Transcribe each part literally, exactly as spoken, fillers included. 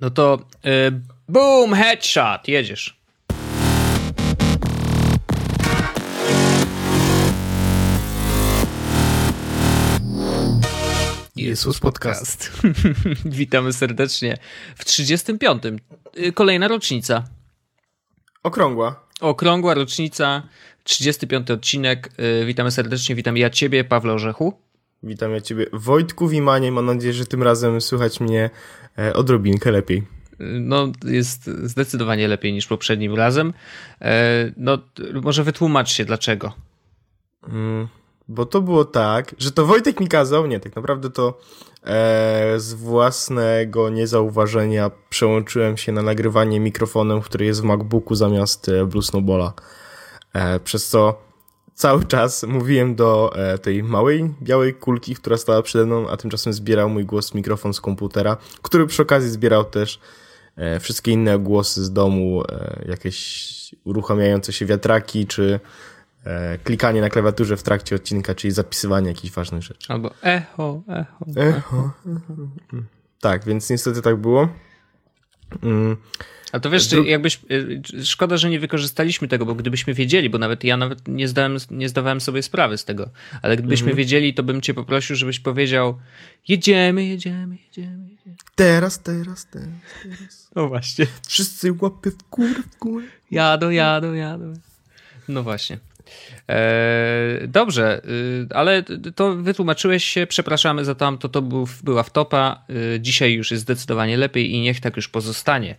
No to yy, boom, headshot, jedziesz. Jezus Podcast. Witamy serdecznie w trzydziestym piątym. Kolejna rocznica. Okrągła. Okrągła rocznica, trzydziesty piąty odcinek. Witamy serdecznie, witam ja ciebie, Pawle Orzechu. Witam ja ciebie, Wojtku Wimanie. Mam nadzieję, że tym razem słychać mnie odrobinkę lepiej. No, jest zdecydowanie lepiej niż poprzednim razem. No, może wytłumacz się dlaczego. Mm, bo to było tak, że to Wojtek mi kazał, nie, tak naprawdę to e, z własnego niezauważenia przełączyłem się na nagrywanie mikrofonem, który jest w MacBooku zamiast e, Blue Snowballa. E, przez co cały czas mówiłem do e, tej małej, białej kulki, która stała przede mną, a tymczasem zbierał mój głos mikrofon z komputera, który przy okazji zbierał też e, wszystkie inne głosy z domu, e, jakieś uruchamiające się wiatraki, czy e, klikanie na klawiaturze w trakcie odcinka, czyli zapisywanie jakichś ważnych rzeczy. Albo echo, echo, echo. echo. Tak, więc niestety tak było. Mm. A to wiesz, Dru- jakbyś, szkoda, że nie wykorzystaliśmy tego, bo gdybyśmy wiedzieli, bo nawet ja nawet nie zdałem, nie zdawałem sobie sprawy z tego, ale gdybyśmy mhm. wiedzieli, to bym cię poprosił, żebyś powiedział jedziemy, jedziemy, jedziemy, jedziemy. Teraz, teraz, teraz, teraz. No właśnie. Wszyscy łapy w górę, w górę. Jadą, jadą, jadą. No właśnie. Eee, dobrze, yy, ale to wytłumaczyłeś się, przepraszamy za tamto, to był, była wtopa, yy, dzisiaj już jest zdecydowanie lepiej i niech tak już pozostanie.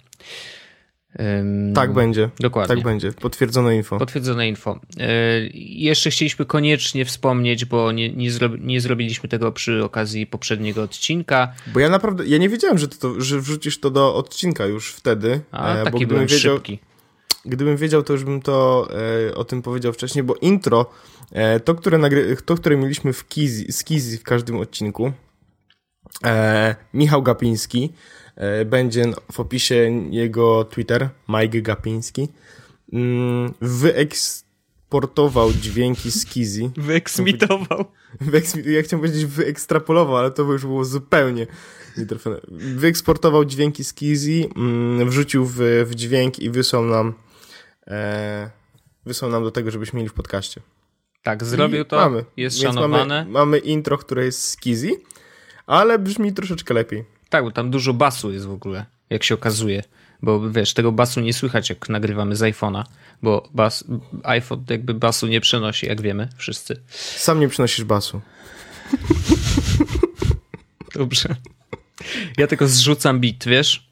Um, tak będzie. Dokładnie. Tak będzie. Potwierdzone info. Potwierdzone info. Yy, jeszcze chcieliśmy koniecznie wspomnieć, bo nie, nie, zro, nie zrobiliśmy tego przy okazji poprzedniego odcinka. Bo ja naprawdę, ja nie wiedziałem, że, to, że wrzucisz to do odcinka już wtedy. A, e, taki bo byłem wiedział, szybki. Gdybym wiedział, to już bym to e, o tym powiedział wcześniej, bo intro, e, to, które nagry, to, które mieliśmy w Kizi, z Kizi w każdym odcinku, e, Michał Gapiński, e, będzie w opisie jego Twitter, Mike Gapiński, mm, wyeksportował dźwięki z Kizi. Wyeksmitował. Wyeksmi- ja chciałem powiedzieć wyekstrapolował, ale to już było zupełnie nietrafione. Wyeksportował dźwięki z Kizi, mm, wrzucił w, w dźwięk i wysłał nam e, wysłał nam do tego, żebyśmy mieli w podcaście. Tak, zrobił I to, mamy. jest Więc szanowane. Mamy, mamy intro, które jest z Kizi, ale brzmi troszeczkę lepiej. Tak, bo tam dużo basu jest w ogóle, jak się okazuje. Bo wiesz, tego basu nie słychać, jak nagrywamy z iPhone'a, bo bas, iPhone jakby basu nie przenosi, jak wiemy wszyscy. Sam nie przynosisz basu. Dobrze. Ja tylko zrzucam beat, wiesz?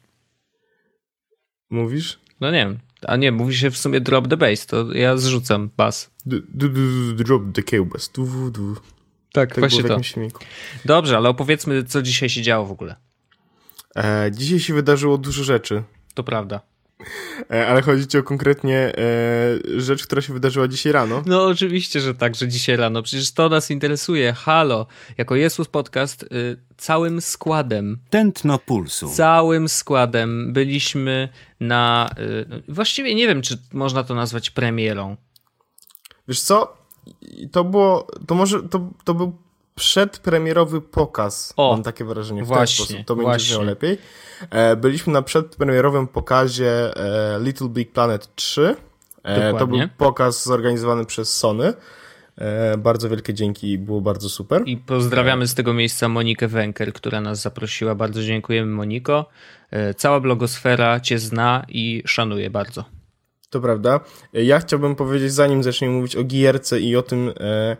Mówisz? No nie wiem. A nie, mówi się w sumie drop the bass, to ja zrzucam bas. D- d- d- drop the kiełbas. Du, du. Tak, tak właśnie to. Filmiku. Dobrze, ale opowiedzmy, co dzisiaj się działo w ogóle. E, dzisiaj się wydarzyło dużo rzeczy. To prawda. E, ale chodzi ci o konkretnie e, rzecz, która się wydarzyła dzisiaj rano. No oczywiście, że tak, że dzisiaj rano. Przecież to nas interesuje. Halo, jako Jesus Podcast y, całym składem. Tętno pulsu. Całym składem byliśmy na... Y, właściwie nie wiem, czy można to nazwać premierą. Wiesz co? To było... To może... To, to był przedpremierowy pokaz. O, mam takie wrażenie. W właśnie, ten sposób. To będzie właśnie. brzmiało lepiej. E, byliśmy na przedpremierowym pokazie e, Little Big Planet trzy. E, to był pokaz zorganizowany przez Sony. E, bardzo wielkie dzięki, było bardzo super. I pozdrawiamy z tego miejsca Monikę Węker, która nas zaprosiła. Bardzo dziękujemy, Moniko. E, cała blogosfera cię zna i szanuje bardzo. To prawda. Ja chciałbym powiedzieć, zanim zaczniemy mówić o gierce i o tym... E,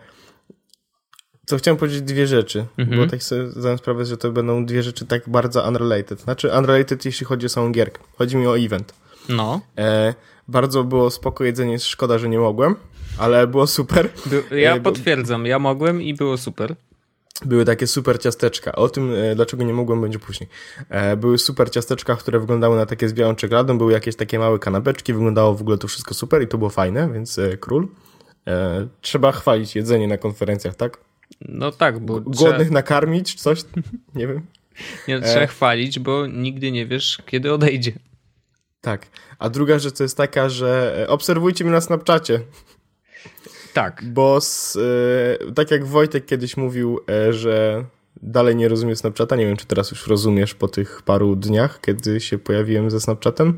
to chciałem powiedzieć dwie rzeczy, mhm. bo tak sobie zdałem sprawę, że to będą dwie rzeczy tak bardzo unrelated. Znaczy unrelated, jeśli chodzi o samą gierkę. Chodzi mi o event. No. E, bardzo było spoko jedzenie, szkoda, że nie mogłem, ale było super. By, ja e, potwierdzam, ja mogłem i było super. Były takie super ciasteczka. O tym, e, dlaczego nie mogłem, będzie później. E, były super ciasteczka, które wyglądały na takie z białą czekoladą, były jakieś takie małe kanapeczki, wyglądało w ogóle to wszystko super i to było fajne, więc e, król. E, trzeba chwalić jedzenie na konferencjach, tak? No tak, bo głodnych trzeba... nakarmić, coś, nie wiem. Nie, trzeba e... chwalić, bo nigdy nie wiesz, kiedy odejdzie. Tak, a druga rzecz to jest taka, że obserwujcie mnie na Snapchacie. Tak. Bo z, e, tak jak Wojtek kiedyś mówił, e, że dalej nie rozumiem Snapchata. Nie wiem, czy teraz już rozumiesz po tych paru dniach, kiedy się pojawiłem ze Snapchatem.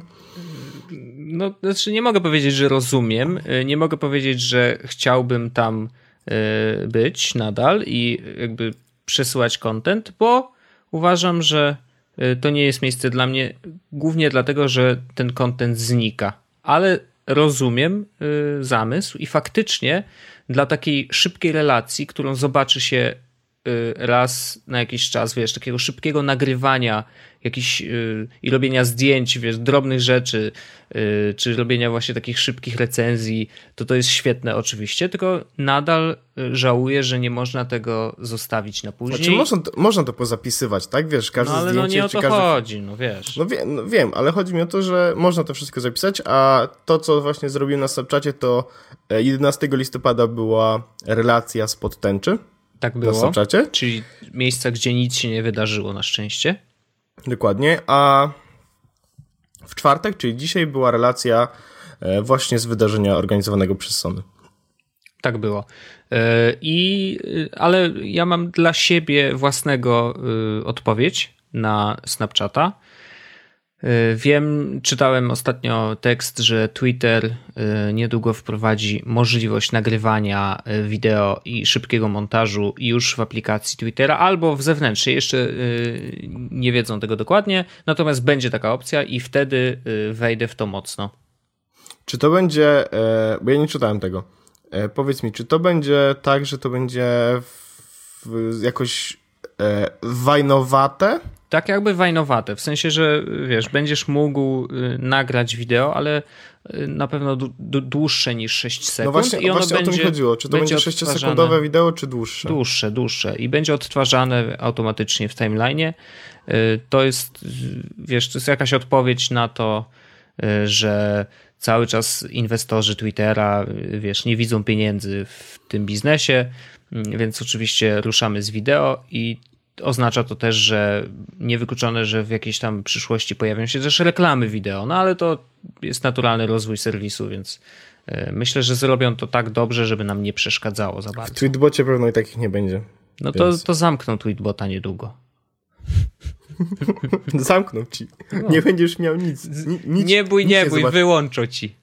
No, znaczy nie mogę powiedzieć, że rozumiem. Nie mogę powiedzieć, że chciałbym tam być nadal i jakby przesyłać content, bo uważam, że to nie jest miejsce dla mnie, głównie dlatego, że ten content znika. Ale rozumiem zamysł i faktycznie dla takiej szybkiej relacji, którą zobaczy się raz na jakiś czas, wiesz, takiego szybkiego nagrywania jakiś, yy, i robienia zdjęć, wiesz, drobnych rzeczy, yy, czy robienia właśnie takich szybkich recenzji, to to jest świetne oczywiście, tylko nadal żałuję, że nie można tego zostawić na później. Znaczy można to, można to pozapisywać, tak? Wiesz, każde no, ale zdjęcie... no nie o to każdy... chodzi, no wiesz. No, wie, no wiem, ale chodzi mi o to, że można to wszystko zapisać, a to, co właśnie zrobiłem na Snapchacie, to jedenastego listopada była relacja spod tęczy. Tak było, na Snapchacie. Czyli miejsca, gdzie nic się nie wydarzyło na szczęście. Dokładnie, a w czwartek, czyli dzisiaj, była relacja właśnie z wydarzenia organizowanego przez Sony. Tak było. I, ale ja mam dla siebie własnego odpowiedź na Snapchata. Wiem, czytałem ostatnio tekst, że Twitter niedługo wprowadzi możliwość nagrywania wideo i szybkiego montażu już w aplikacji Twittera albo w zewnętrznej. Jeszcze nie wiedzą tego dokładnie, natomiast będzie taka opcja i wtedy wejdę w to mocno. Czy to będzie, bo ja nie czytałem tego, powiedz mi, czy to będzie tak, że to będzie w, jakoś wajnowate? Tak jakby wajnowate, w sensie, że wiesz, będziesz mógł nagrać wideo, ale na pewno dłuższe niż sześć sekund. No właśnie, i ono właśnie będzie, o to mi chodziło. Czy to będzie sześciosekundowe wideo, czy dłuższe? Dłuższe, dłuższe. I będzie odtwarzane automatycznie w timeline'ie. To jest, wiesz, to jest jakaś odpowiedź na to, że cały czas inwestorzy Twittera, wiesz, nie widzą pieniędzy w tym biznesie, więc oczywiście ruszamy z wideo i oznacza to też, że niewykluczone, że w jakiejś tam przyszłości pojawią się też reklamy wideo, no ale to jest naturalny rozwój serwisu, więc myślę, że zrobią to tak dobrze, żeby nam nie przeszkadzało za bardzo. W Tweetbocie pewno i takich nie będzie. No to, to zamkną Tweetbota niedługo. Zamkną ci. No. Nie będziesz miał nic. nic nie bój, nic nie bój, wyłączą ci.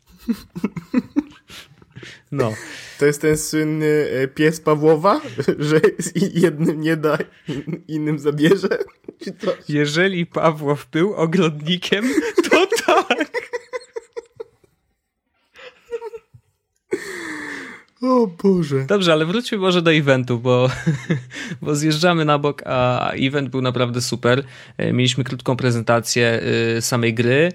No. To jest ten słynny pies Pawłowa, że jednym nie da, innym zabierze? Czy to... Jeżeli Pawłow był ogrodnikiem, to tak. O Boże. Dobrze, ale wróćmy może do eventu, bo, bo zjeżdżamy na bok, a event był naprawdę super. Mieliśmy krótką prezentację samej gry.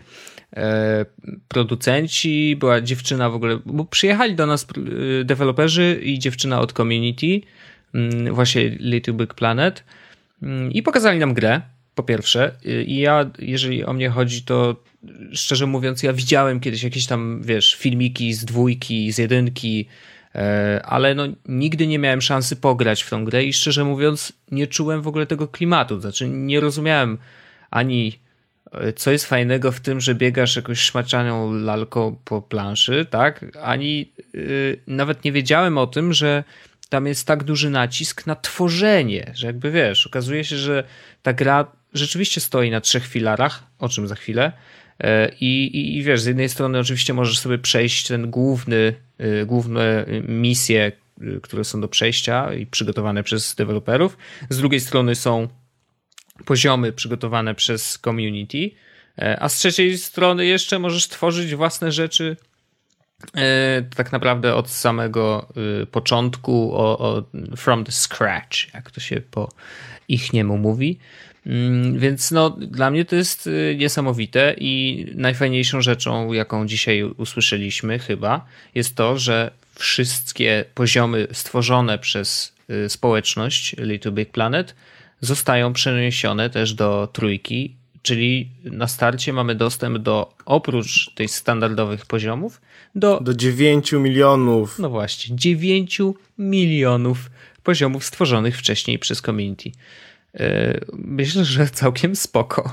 Producenci, była dziewczyna w ogóle, bo przyjechali do nas deweloperzy i dziewczyna od community, właśnie Little Big Planet, i pokazali nam grę, po pierwsze. I ja, jeżeli o mnie chodzi, to szczerze mówiąc, ja widziałem kiedyś jakieś tam, wiesz, filmiki z dwójki, z jedynki, ale no nigdy nie miałem szansy pograć w tą grę i szczerze mówiąc nie czułem w ogóle tego klimatu, znaczy nie rozumiałem ani co jest fajnego w tym, że biegasz jakąś szmaczaną lalką po planszy, tak? Ani yy, nawet nie wiedziałem o tym, że tam jest tak duży nacisk na tworzenie, że jakby wiesz, okazuje się, że ta gra rzeczywiście stoi na trzech filarach, o czym za chwilę. Yy, i, I wiesz, z jednej strony oczywiście możesz sobie przejść ten główny, yy, główne misje, yy, które są do przejścia i przygotowane przez deweloperów. Z drugiej strony są poziomy przygotowane przez community, a z trzeciej strony jeszcze możesz tworzyć własne rzeczy tak naprawdę od samego początku, o, o, from the scratch, jak to się po ich niemu mówi. Więc no, dla mnie to jest niesamowite i najfajniejszą rzeczą, jaką dzisiaj usłyszeliśmy chyba, jest to, że wszystkie poziomy stworzone przez społeczność Little Big Planet zostają przeniesione też do trójki, czyli na starcie mamy dostęp do, oprócz tych standardowych poziomów, do... Do dziewięciu milionów. No właśnie, dziewięciu milionów poziomów stworzonych wcześniej przez community. Myślę, że całkiem spoko.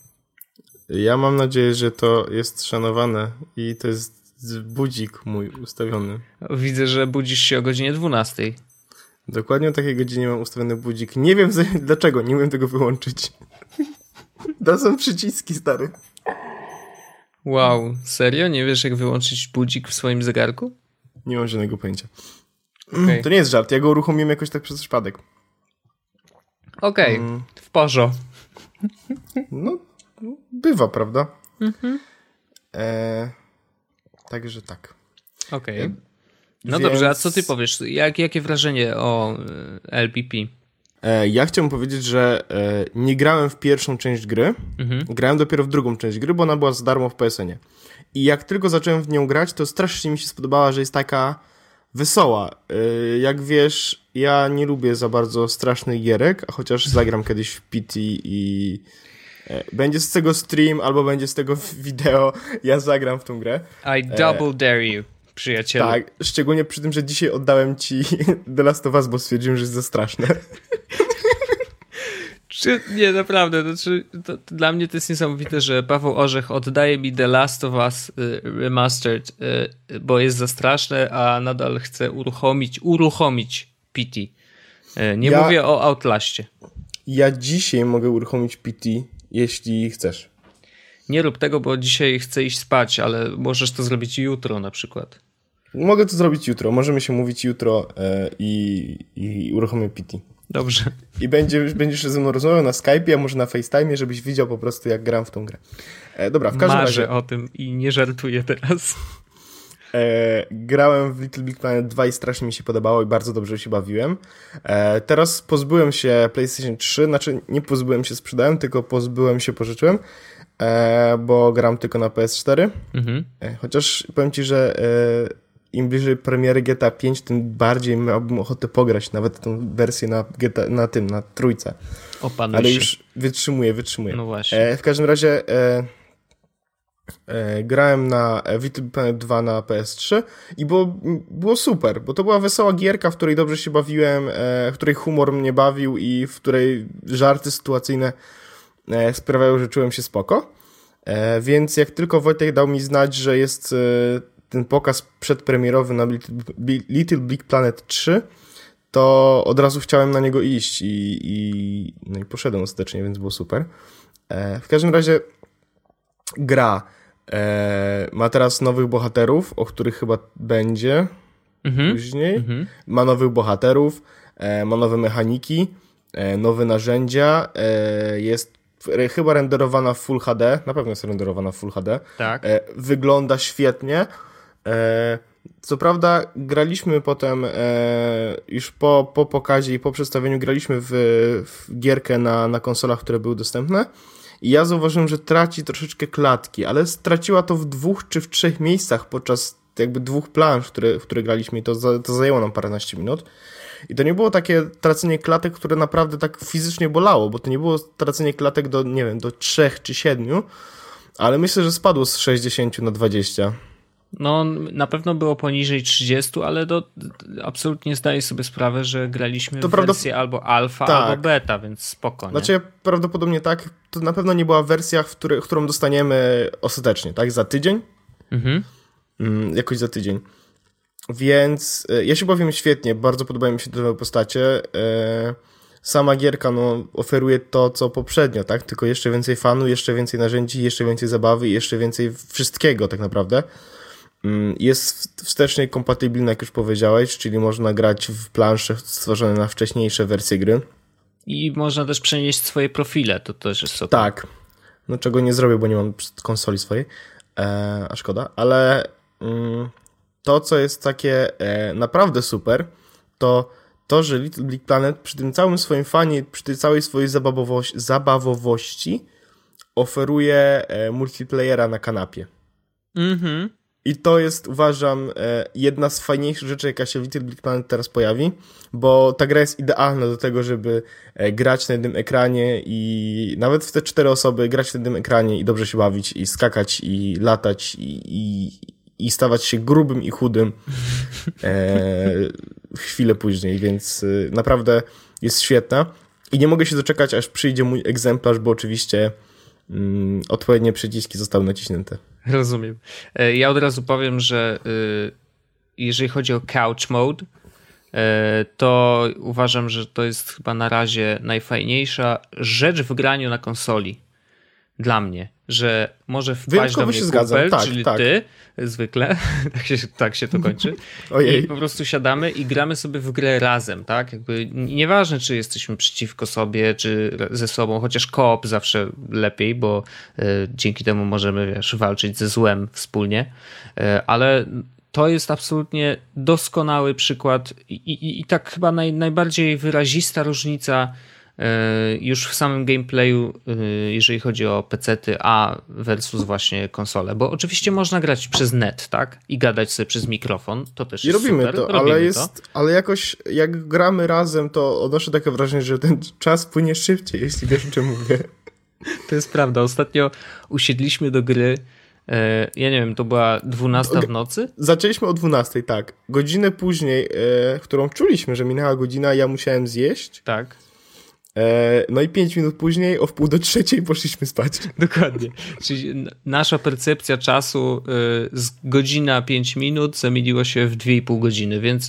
Ja mam nadzieję, że to jest szanowane i to jest budzik mój ustawiony. Widzę, że budzisz się o godzinie dwunastej. Dokładnie o takiej godzinie mam ustawiony budzik. Nie wiem dlaczego, nie umiem tego wyłączyć. To są przyciski, stary. Wow, serio? Nie wiesz, jak wyłączyć budzik w swoim zegarku? Nie mam żadnego pojęcia. Okay. To nie jest żart, ja go uruchomiłem jakoś tak przez przypadek. Okej, okay. mm. w porządku. No, bywa, prawda? Mhm. E, także tak. Okej. Okay. No Więc... dobrze, a co ty powiesz? Jak, jakie wrażenie o L P P? E, ja chciałbym powiedzieć, że e, nie grałem w pierwszą część gry, mhm. grałem dopiero w drugą część gry, bo ona była za darmo w P S N ie. I jak tylko zacząłem w nią grać, to strasznie mi się spodobała, że jest taka wesoła. E, jak wiesz, ja nie lubię za bardzo strasznych gierek, a chociaż zagram kiedyś w P T i e, będzie z tego stream, albo będzie z tego wideo, ja zagram w tą grę. I double dare you. Przyjacielu. Tak, szczególnie przy tym, że dzisiaj oddałem ci The Last of Us, bo stwierdziłem, że jest za straszne. Czy, nie, naprawdę, to, czy, to, to dla mnie to jest niesamowite, że Paweł Orzech oddaje mi The Last of Us y, Remastered, y, bo jest za straszne, a nadal chce uruchomić, uruchomić P T. Y, nie ja, mówię o Outlaście. Ja dzisiaj mogę uruchomić P T, jeśli chcesz. Nie rób tego, bo dzisiaj chcę iść spać, ale możesz to zrobić jutro na przykład. Mogę to zrobić jutro. Możemy się mówić jutro e, i, i uruchomię P T. Dobrze. I będziesz, będziesz ze mną rozmawiał na Skype'ie, a może na FaceTime'ie, żebyś widział po prostu, jak gram w tą grę. E, dobra, w każdym Marzę razie... o tym i nie żartuję teraz. E, grałem w Little Big Planet dwa i strasznie mi się podobało i bardzo dobrze się bawiłem. E, teraz pozbyłem się PlayStation trzy, znaczy nie pozbyłem się, sprzedałem, tylko pozbyłem się, pożyczyłem. E, bo gram tylko na P S cztery. Mhm. E, chociaż powiem ci, że e, im bliżej premiery G T A pięć, tym bardziej miałbym ochotę pograć nawet tą wersję na, G T A, na tym, na trójce. Opanuj Ale się. już wytrzymuję, wytrzymuję. No właśnie. E, w każdym razie e, e, grałem na Little Big Planet dwa na P S trzy i było, było super, bo to była wesoła gierka, w której dobrze się bawiłem, e, w której humor mnie bawił i w której żarty sytuacyjne sprawiają, że czułem się spoko. E, więc jak tylko Wojtek dał mi znać, że jest e, ten pokaz przedpremierowy na Little, Little Big Planet trzy, to od razu chciałem na niego iść i, i, no i poszedłem ostatecznie, więc było super. E, w każdym razie gra e, ma teraz nowych bohaterów, o których chyba będzie mhm. później. Mhm. Ma nowych bohaterów, e, ma nowe mechaniki, e, nowe narzędzia, e, jest chyba renderowana w Full H D, na pewno jest renderowana w Full H D. Tak. E, wygląda świetnie. E, co prawda graliśmy potem e, już po, po pokazie i po przedstawieniu graliśmy w, w gierkę na, na konsolach, które były dostępne i ja zauważyłem, że traci troszeczkę klatki, ale straciła to w dwóch czy w trzech miejscach podczas jakby dwóch plansz, które, w które graliśmy i to, za, to zajęło nam paręnaście minut. I to nie było takie tracenie klatek, które naprawdę tak fizycznie bolało, bo to nie było tracenie klatek do, nie wiem, do trzech czy siedmiu, ale myślę, że spadło z sześćdziesięciu na dwadzieścia. No, na pewno było poniżej trzydziestu, ale to absolutnie zdaję sobie sprawę, że graliśmy to w prawda... wersję albo alfa, tak. albo beta, więc spoko, nie? Znaczy, prawdopodobnie tak, to na pewno nie była wersja, w której, którą dostaniemy ostatecznie, tak? Za tydzień? Mhm. Mm, jakoś za tydzień. Więc e, ja się bawiłem świetnie, bardzo podobają mi się te nowe postacie. E, sama gierka no, oferuje to, co poprzednio, tak? Tylko jeszcze więcej fanu, jeszcze więcej narzędzi, jeszcze więcej zabawy i jeszcze więcej wszystkiego tak naprawdę. Jest wstecznie kompatybilna, jak już powiedziałeś, czyli można grać w plansze stworzone na wcześniejsze wersje gry. I można też przenieść swoje profile, to też jest super. Tak, no czego nie zrobię, bo nie mam konsoli swojej, e, a szkoda, ale mm, to, co jest takie e, naprawdę super, to to, że Little Big Planet przy tym całym swoim fanie, przy tej całej swojej zabawowości, zabawowości oferuje e, multiplayera na kanapie. Mhm. I to jest, uważam, jedna z fajniejszych rzeczy, jaka się w Little Big Planet teraz pojawi, bo ta gra jest idealna do tego, żeby grać na jednym ekranie i nawet w te cztery osoby grać na jednym ekranie i dobrze się bawić i skakać i latać i, i, i stawać się grubym i chudym e, chwilę później, więc naprawdę jest świetna i nie mogę się doczekać, aż przyjdzie mój egzemplarz, bo oczywiście mm, odpowiednie przyciski zostały naciśnięte. Rozumiem. Ja od razu powiem, że jeżeli chodzi o couch mode, to uważam, że to jest chyba na razie najfajniejsza rzecz w graniu na konsoli. Dla mnie, że może wpaść Wyjątkowo do mnie się kupel, zgadzam. Tak, czyli tak. ty, zwykle, tak się, tak się to kończy. Ojej. I po prostu siadamy i gramy sobie w grę razem, tak? Jakby nieważne, czy jesteśmy przeciwko sobie, czy ze sobą, chociaż koop zawsze lepiej, bo y, dzięki temu możemy, wiesz, walczyć ze złem wspólnie, y, ale to jest absolutnie doskonały przykład i, i, i tak chyba naj, najbardziej wyrazista różnica już w samym gameplayu, jeżeli chodzi o pecety, a versus właśnie konsole, bo oczywiście można grać przez net, tak? I gadać sobie przez mikrofon, to też I jest robimy super. to, robimy ale to. jest, ale jakoś jak gramy razem, to odnoszę takie wrażenie, że ten czas płynie szybciej, jeśli wiesz, o czym mówię. To jest prawda. Ostatnio usiedliśmy do gry, ja nie wiem, to była dwunasta w nocy? Zaczęliśmy o dwunastej, tak. Godzinę później, którą czuliśmy, że minęła godzina, ja musiałem zjeść. Tak. No i pięć minut później o wpół do trzeciej poszliśmy spać. Dokładnie. Czyli nasza percepcja czasu z godzina pięć minut zamieniło się w dwie i pół godziny, więc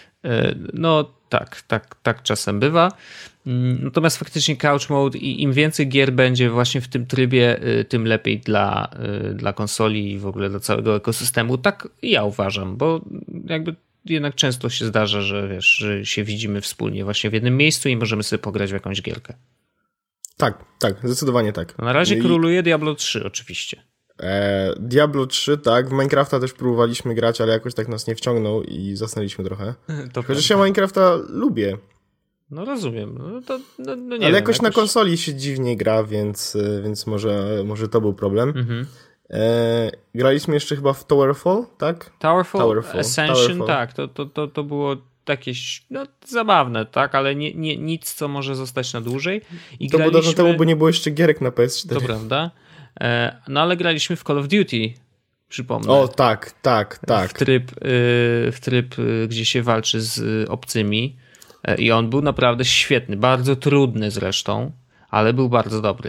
no tak, tak, tak czasem bywa. Natomiast faktycznie couch mode i im więcej gier będzie właśnie w tym trybie, tym lepiej dla, dla konsoli i w ogóle dla całego ekosystemu. Tak ja uważam, bo jakby jednak często się zdarza, że wiesz, że się widzimy wspólnie właśnie w jednym miejscu i możemy sobie pograć w jakąś gierkę. Tak, tak, zdecydowanie tak. No na razie I... króluje Diablo trzy oczywiście. E, Diablo trzy, tak, w Minecrafta też próbowaliśmy grać, ale jakoś tak nas nie wciągnął i zasnęliśmy trochę. To Chociaż ja Minecrafta lubię. No rozumiem. No to, no, no nie ale wiem, jakoś, jakoś na konsoli się dziwnie gra, więc, więc może, może to był problem. Mhm. E, graliśmy jeszcze chyba w Towerfall, tak? Towerfall, Towerfall. Ascension, Towerfall. tak, to, to, to, to było jakieś no, zabawne, tak, ale nie, nie, nic, co może zostać na dłużej. I to graliśmy... było dawno temu, bo nie było jeszcze gierek na P S cztery. To prawda. E, no ale graliśmy w Call of Duty, przypomnę. O, tak, tak, tak. W tryb, y, w tryb y, gdzie się walczy z obcymi y, i on był naprawdę świetny, bardzo trudny zresztą, ale był bardzo dobry.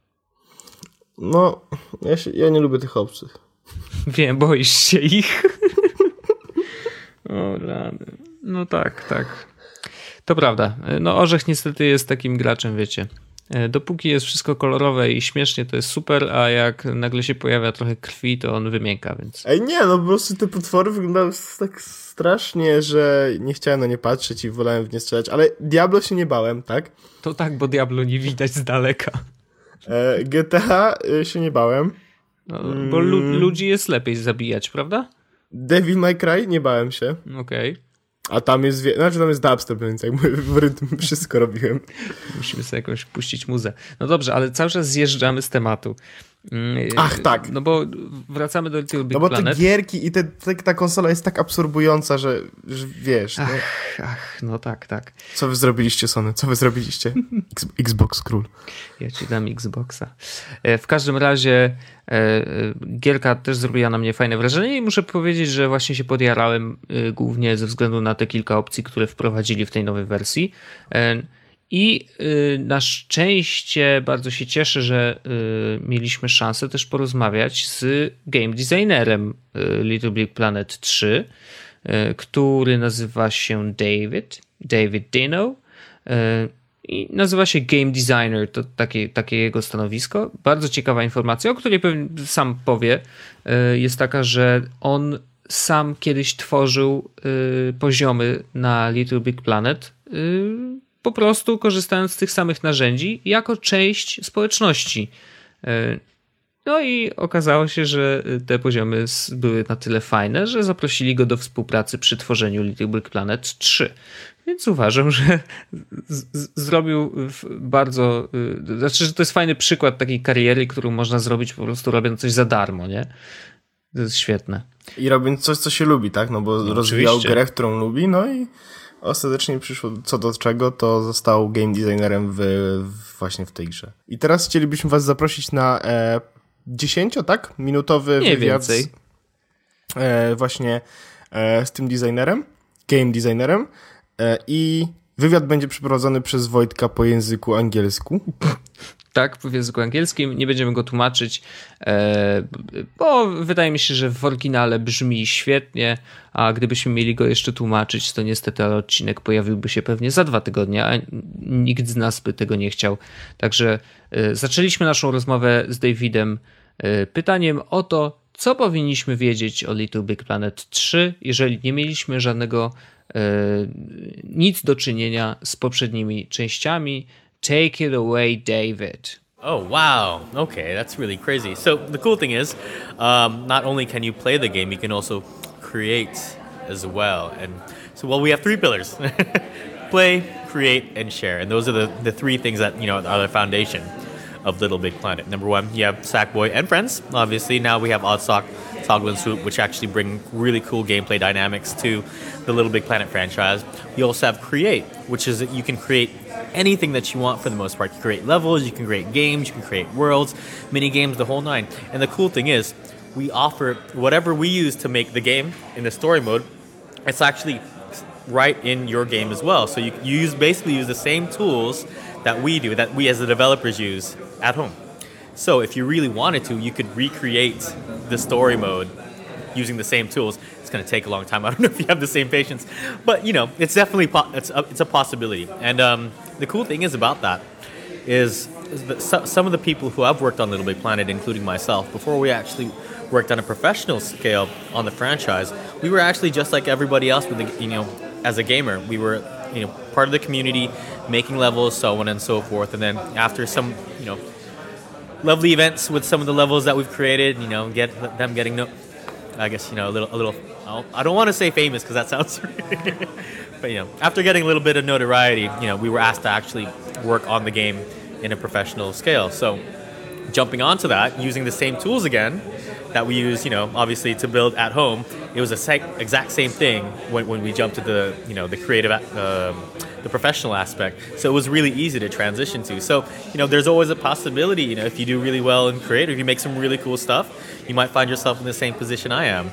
No, ja, się, ja nie lubię tych obcych. Wiem, boisz się ich. O rany. No tak, tak. To prawda. No Orzech niestety jest takim graczem, wiecie. Dopóki jest wszystko kolorowe i śmiesznie, to jest super, a jak nagle się pojawia trochę krwi, to on wymięka, więc... Ej, nie, no po prostu te potwory wyglądały tak strasznie, że nie chciałem na nie patrzeć i wolałem w nie strzelać, ale Diablo się nie bałem, tak? To tak, bo Diablo nie widać z daleka. E, G T A się nie bałem. No, bo lu- ludzi jest lepiej zabijać, prawda? Devil May Cry nie bałem się. Okej. Okay. A tam jest, wie- znaczy tam jest dubstep, więc jakby w rytm wszystko robiłem. Musimy sobie jakąś puścić muzę. No dobrze, ale cały czas zjeżdżamy z tematu. Ach, tak. No bo wracamy do Little Big No bo Planet. te gierki i te, te, ta konsola jest tak absorbująca, że, że wiesz. Ach, no. ach, no tak, tak. Co wy zrobiliście, Sony? Co wy zrobiliście? X- Xbox Król. Ja ci dam Xboxa. W każdym razie e, gierka też zrobiła na mnie fajne wrażenie i muszę powiedzieć, że właśnie się podjarałem e, głównie ze względu na te kilka opcji, które wprowadzili w tej nowej wersji. E, I y, na szczęście bardzo się cieszę, że y, mieliśmy szansę też porozmawiać z game designerem y, Little Big Planet trzy, y, który nazywa się David, David Dino y, i nazywa się Game Designer, to takie, takie jego stanowisko. Bardzo ciekawa informacja, o której pewnie sam powie, y, jest taka, że on sam kiedyś tworzył y, poziomy na Little Big Planet, y, po prostu korzystając z tych samych narzędzi jako część społeczności. No i okazało się, że te poziomy były na tyle fajne, że zaprosili go do współpracy przy tworzeniu Little Big Planet trzy. Więc uważam, że z- z- zrobił bardzo... Znaczy, że to jest fajny przykład takiej kariery, którą można zrobić po prostu robiąc coś za darmo, nie? To jest świetne. I robiąc coś, co się lubi, tak? No bo No, rozwijał oczywiście. grę, którą lubi, no i ostatecznie przyszło co do czego, to został game designerem w, w, właśnie w tej grze. I teraz chcielibyśmy was zaprosić na e, dziesięcio, tak? Minutowy Nie wywiad więcej. z, e, właśnie e, z tym designerem, game designerem e, i wywiad będzie przeprowadzony przez Wojtka po języku angielsku. Tak, w języku angielskim. Nie będziemy go tłumaczyć, bo wydaje mi się, że w oryginale brzmi świetnie, a gdybyśmy mieli go jeszcze tłumaczyć, to niestety odcinek pojawiłby się pewnie za dwa tygodnie, a nikt z nas by tego nie chciał. Także zaczęliśmy naszą rozmowę z Davidem pytaniem o to, co powinniśmy wiedzieć o Little Big Planet trzy, jeżeli nie mieliśmy żadnego nic do czynienia z poprzednimi częściami. Take it away, David. Oh, wow. Okay, that's really crazy. So the cool thing is, um, not only can you play the game, you can also create as well. And so, well, we have three pillars. Play, create, and share. And those are the, the three things that, you know, are the foundation of Little Big Planet. Number one, you have Sackboy and friends. Obviously, now we have Oddsock, Toggle, and Swoop, which actually bring really cool gameplay dynamics to the Little Big Planet franchise. You also have Create, which is that you can create anything that you want for the most part. You can create levels, you can create games, you can create worlds, mini games, the whole nine. And the cool thing is, we offer whatever we use to make the game in the story mode, it's actually right in your game as well. So you, you use basically use the same tools that we do, that we as the developers use at home. So if you really wanted to, you could recreate the story mode using the same tools. It's going to take a long time. I don't know if you have the same patience, but you know, it's definitely po- it's a, it's a possibility. And um, the cool thing is about that is, is that so, some of the people who have worked on Little Big Planet, including myself, before we actually worked on a professional scale on the franchise, we were actually just like everybody else with the, you know, as a gamer. We were, you know, part of the community, making levels, so on and so forth. And then after some, you know, lovely events with some of the levels that we've created, you know, get them getting, no, I guess, you know, a little, a little, I don't want to say famous because that sounds, but, you know, after getting a little bit of notoriety, you know, we were asked to actually work on the game in a professional scale. So jumping onto that, using the same tools again that we use, you know, obviously to build at home, it was the sec- exact same thing when, when we jumped to the, you know, the creative, uh, the professional aspect. So it was really easy to transition to. So, you know, there's always a possibility, you know, if you do really well in creative, if you make some really cool stuff, you might find yourself in the same position I am.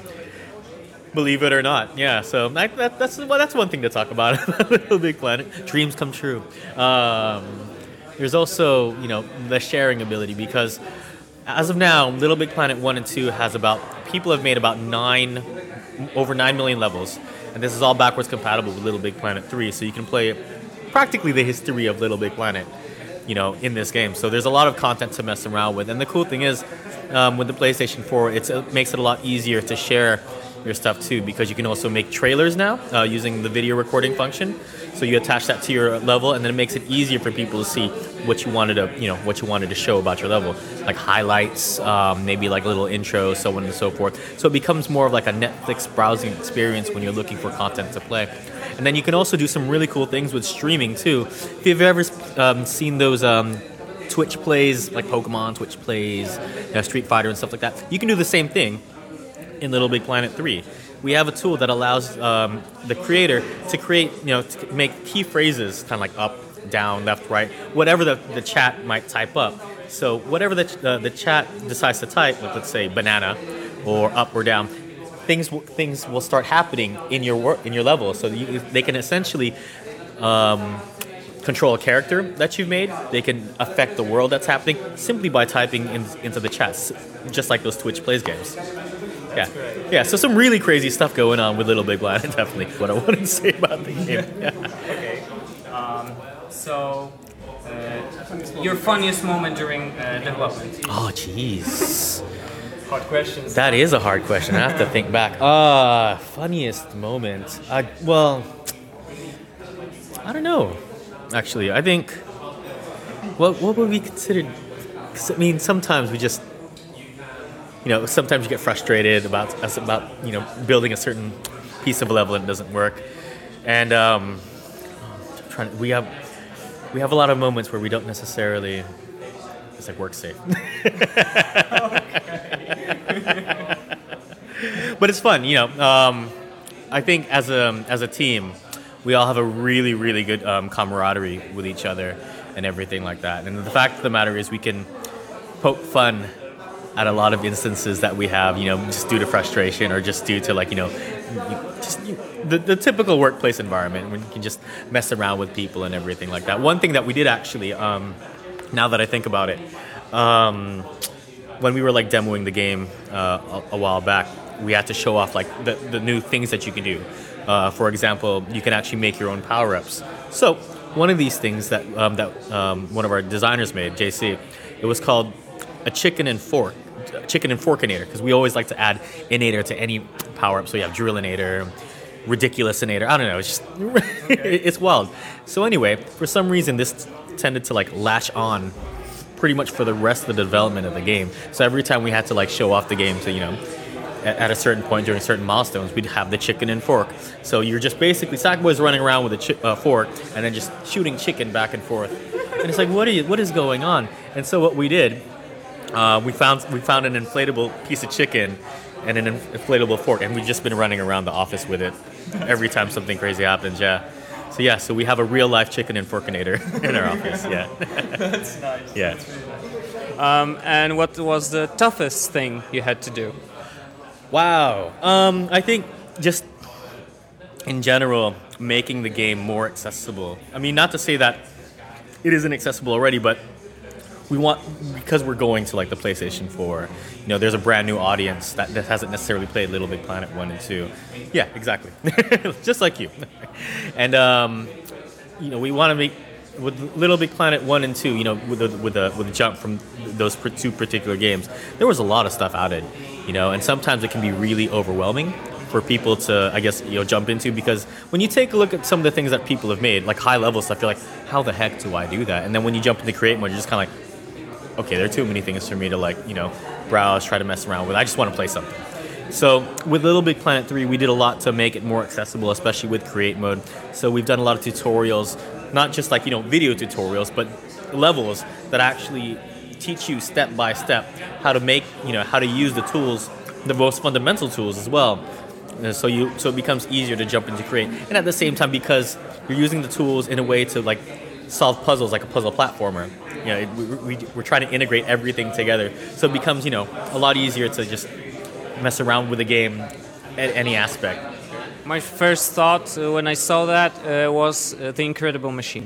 Believe it or not. Yeah, so that, that, that's well, that's one thing to talk about. Little Big Planet. Dreams come true. Um, there's also, you know, the sharing ability, because as of now, Little Big Planet one and two has about, people have made about nine, over nine million levels. And this is all backwards compatible with Little Big Planet three, so you can play practically the history of Little Big Planet, you know, in this game. So there's a lot of content to mess around with. And the cool thing is, um, with the PlayStation four, it's, it makes it a lot easier to share your stuff too, because you can also make trailers now uh, using the video recording function. So you attach that to your level, and then it makes it easier for people to see what you wanted to, you know, what you wanted to show about your level, like highlights, um, maybe like a little intro, so on and so forth. So it becomes more of like a Netflix browsing experience when you're looking for content to play. And then you can also do some really cool things with streaming too. If you've ever um, seen those um, Twitch plays, like Pokemon Twitch plays, you know, Street Fighter and stuff like that, you can do the same thing in Little Big Planet three. We have a tool that allows um, the creator to create, you know, to make key phrases, kind of like up, down, left, right, whatever the, the chat might type up. So whatever the uh, the chat decides to type, like let's say banana, or up or down, things w- things will start happening in your wor- in your level. So you, they can essentially um, control a character that you've made. They can affect the world that's happening simply by typing in, into the chats, just like those Twitch Plays games. Yeah, yeah. So some really crazy stuff going on with Little Big Planet. Definitely what I wanted to say about the game. Yeah. Okay. Um, so, uh, your funniest moment during uh, development? Oh, jeez. Hard questions. That is a hard question. I have to think back. Uh, funniest moment. Uh, well, I don't know. Actually, I think. What what would we consider? Because I mean, sometimes we just. You know, sometimes you get frustrated about us about you know building a certain piece of a level and it doesn't work, and um, trying to, we have we have a lot of moments where we don't necessarily it's like work safe. But it's fun, you know. Um, I think as a as a team, we all have a really really good um, camaraderie with each other and everything like that. And the fact of the matter is, we can poke fun at a lot of instances that we have, you know, just due to frustration or just due to like, you know, you just you, the the typical workplace environment when you can just mess around with people and everything like that. One thing that we did actually, um, now that I think about it, um, when we were like demoing the game uh, a, a while back, we had to show off like the, the new things that you can do. Uh, for example, you can actually make your own power-ups. So one of these things that um, that um, one of our designers made, J C, it was called a chicken and fork, chicken and forkinator, because we always like to add inator to any power-up. So you have drillinator, ridiculousinator. I don't know. It's just it's wild. So anyway, for some reason, this tended to like latch on pretty much for the rest of the development of the game. So every time we had to like show off the game to, you know, at, at a certain point during certain milestones, we'd have the chicken and fork. So you're just basically Sackboy's running around with a chi- uh, fork and then just shooting chicken back and forth. And it's like, what are you, what is going on? And so what we did, uh, we found we found an inflatable piece of chicken and an inflatable fork, and we've just been running around the office with it every time something crazy happens. Yeah. So yeah, so we have a real life chicken and forkinator in our office. Yeah. That's nice. Yeah. That's really nice. Um, and what was the toughest thing you had to do? Wow. Um, I think just in general, making the game more accessible. I mean, not to say that it isn't accessible already, but we want, because we're going to like the PlayStation four, you know, there's a brand new audience that, that hasn't necessarily played Little Big Planet one and two. Yeah, exactly. Just like you. And, um, you know, we want to make, with Little Big Planet one and two, you know, with the, with the, with the jump from those two particular games, there was a lot of stuff added, you know, and sometimes it can be really overwhelming for people to, I guess, you know, jump into, because when you take a look at some of the things that people have made, like high level stuff, you're like, how the heck do I do that? And then when you jump into create mode, you're just kind of like, okay, there are too many things for me to like, you know, browse, try to mess around with. I just want to play something. So with Little Big Planet three, we did a lot to make it more accessible, especially with create mode. So we've done a lot of tutorials, not just like, you know, video tutorials, but levels that actually teach you step by step how to make, you know, how to use the tools, the most fundamental tools as well. And so you, so it becomes easier to jump into create. And at the same time, because you're using the tools in a way to like solve puzzles like a puzzle platformer, you know, it, we, we, we're trying to integrate everything together. So it becomes, you know, a lot easier to just mess around with the game at any aspect. My first thought uh, when I saw that uh, was uh, The Incredible Machine.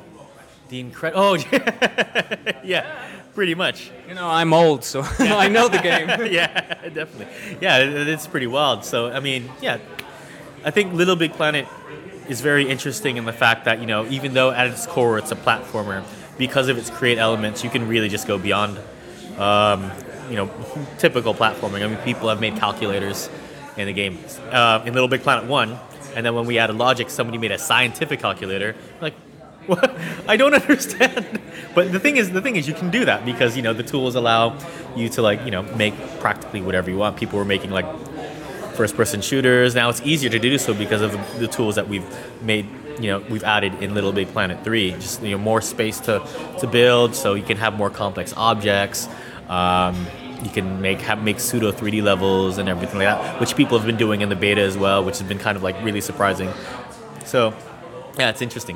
The incredible, oh yeah, yeah, pretty much. You know, I'm old, so I know the game. Yeah, definitely. Yeah, it, it's pretty wild. So, I mean, yeah, I think Little Big Planet is very interesting in the fact that, you know, even though at its core it's a platformer, because of its create elements, you can really just go beyond, um, you know, typical platforming. I mean, people have made calculators in the game. Uh, in Little Big Planet one, and then when we added logic, somebody made a scientific calculator. Like, what? I don't understand. But the thing is, the thing is, you can do that because, you know, the tools allow you to, like, you know, make practically whatever you want. People were making like first-person shooters. Now it's easier to do so because of the, the tools that we've made. You know, we've added in Little Big Planet three, just, you know, more space to, to build, so you can have more complex objects. Um, you can make have make pseudo three D levels and everything like that, which people have been doing in the beta as well, which has been kind of like really surprising. So, yeah, it's interesting.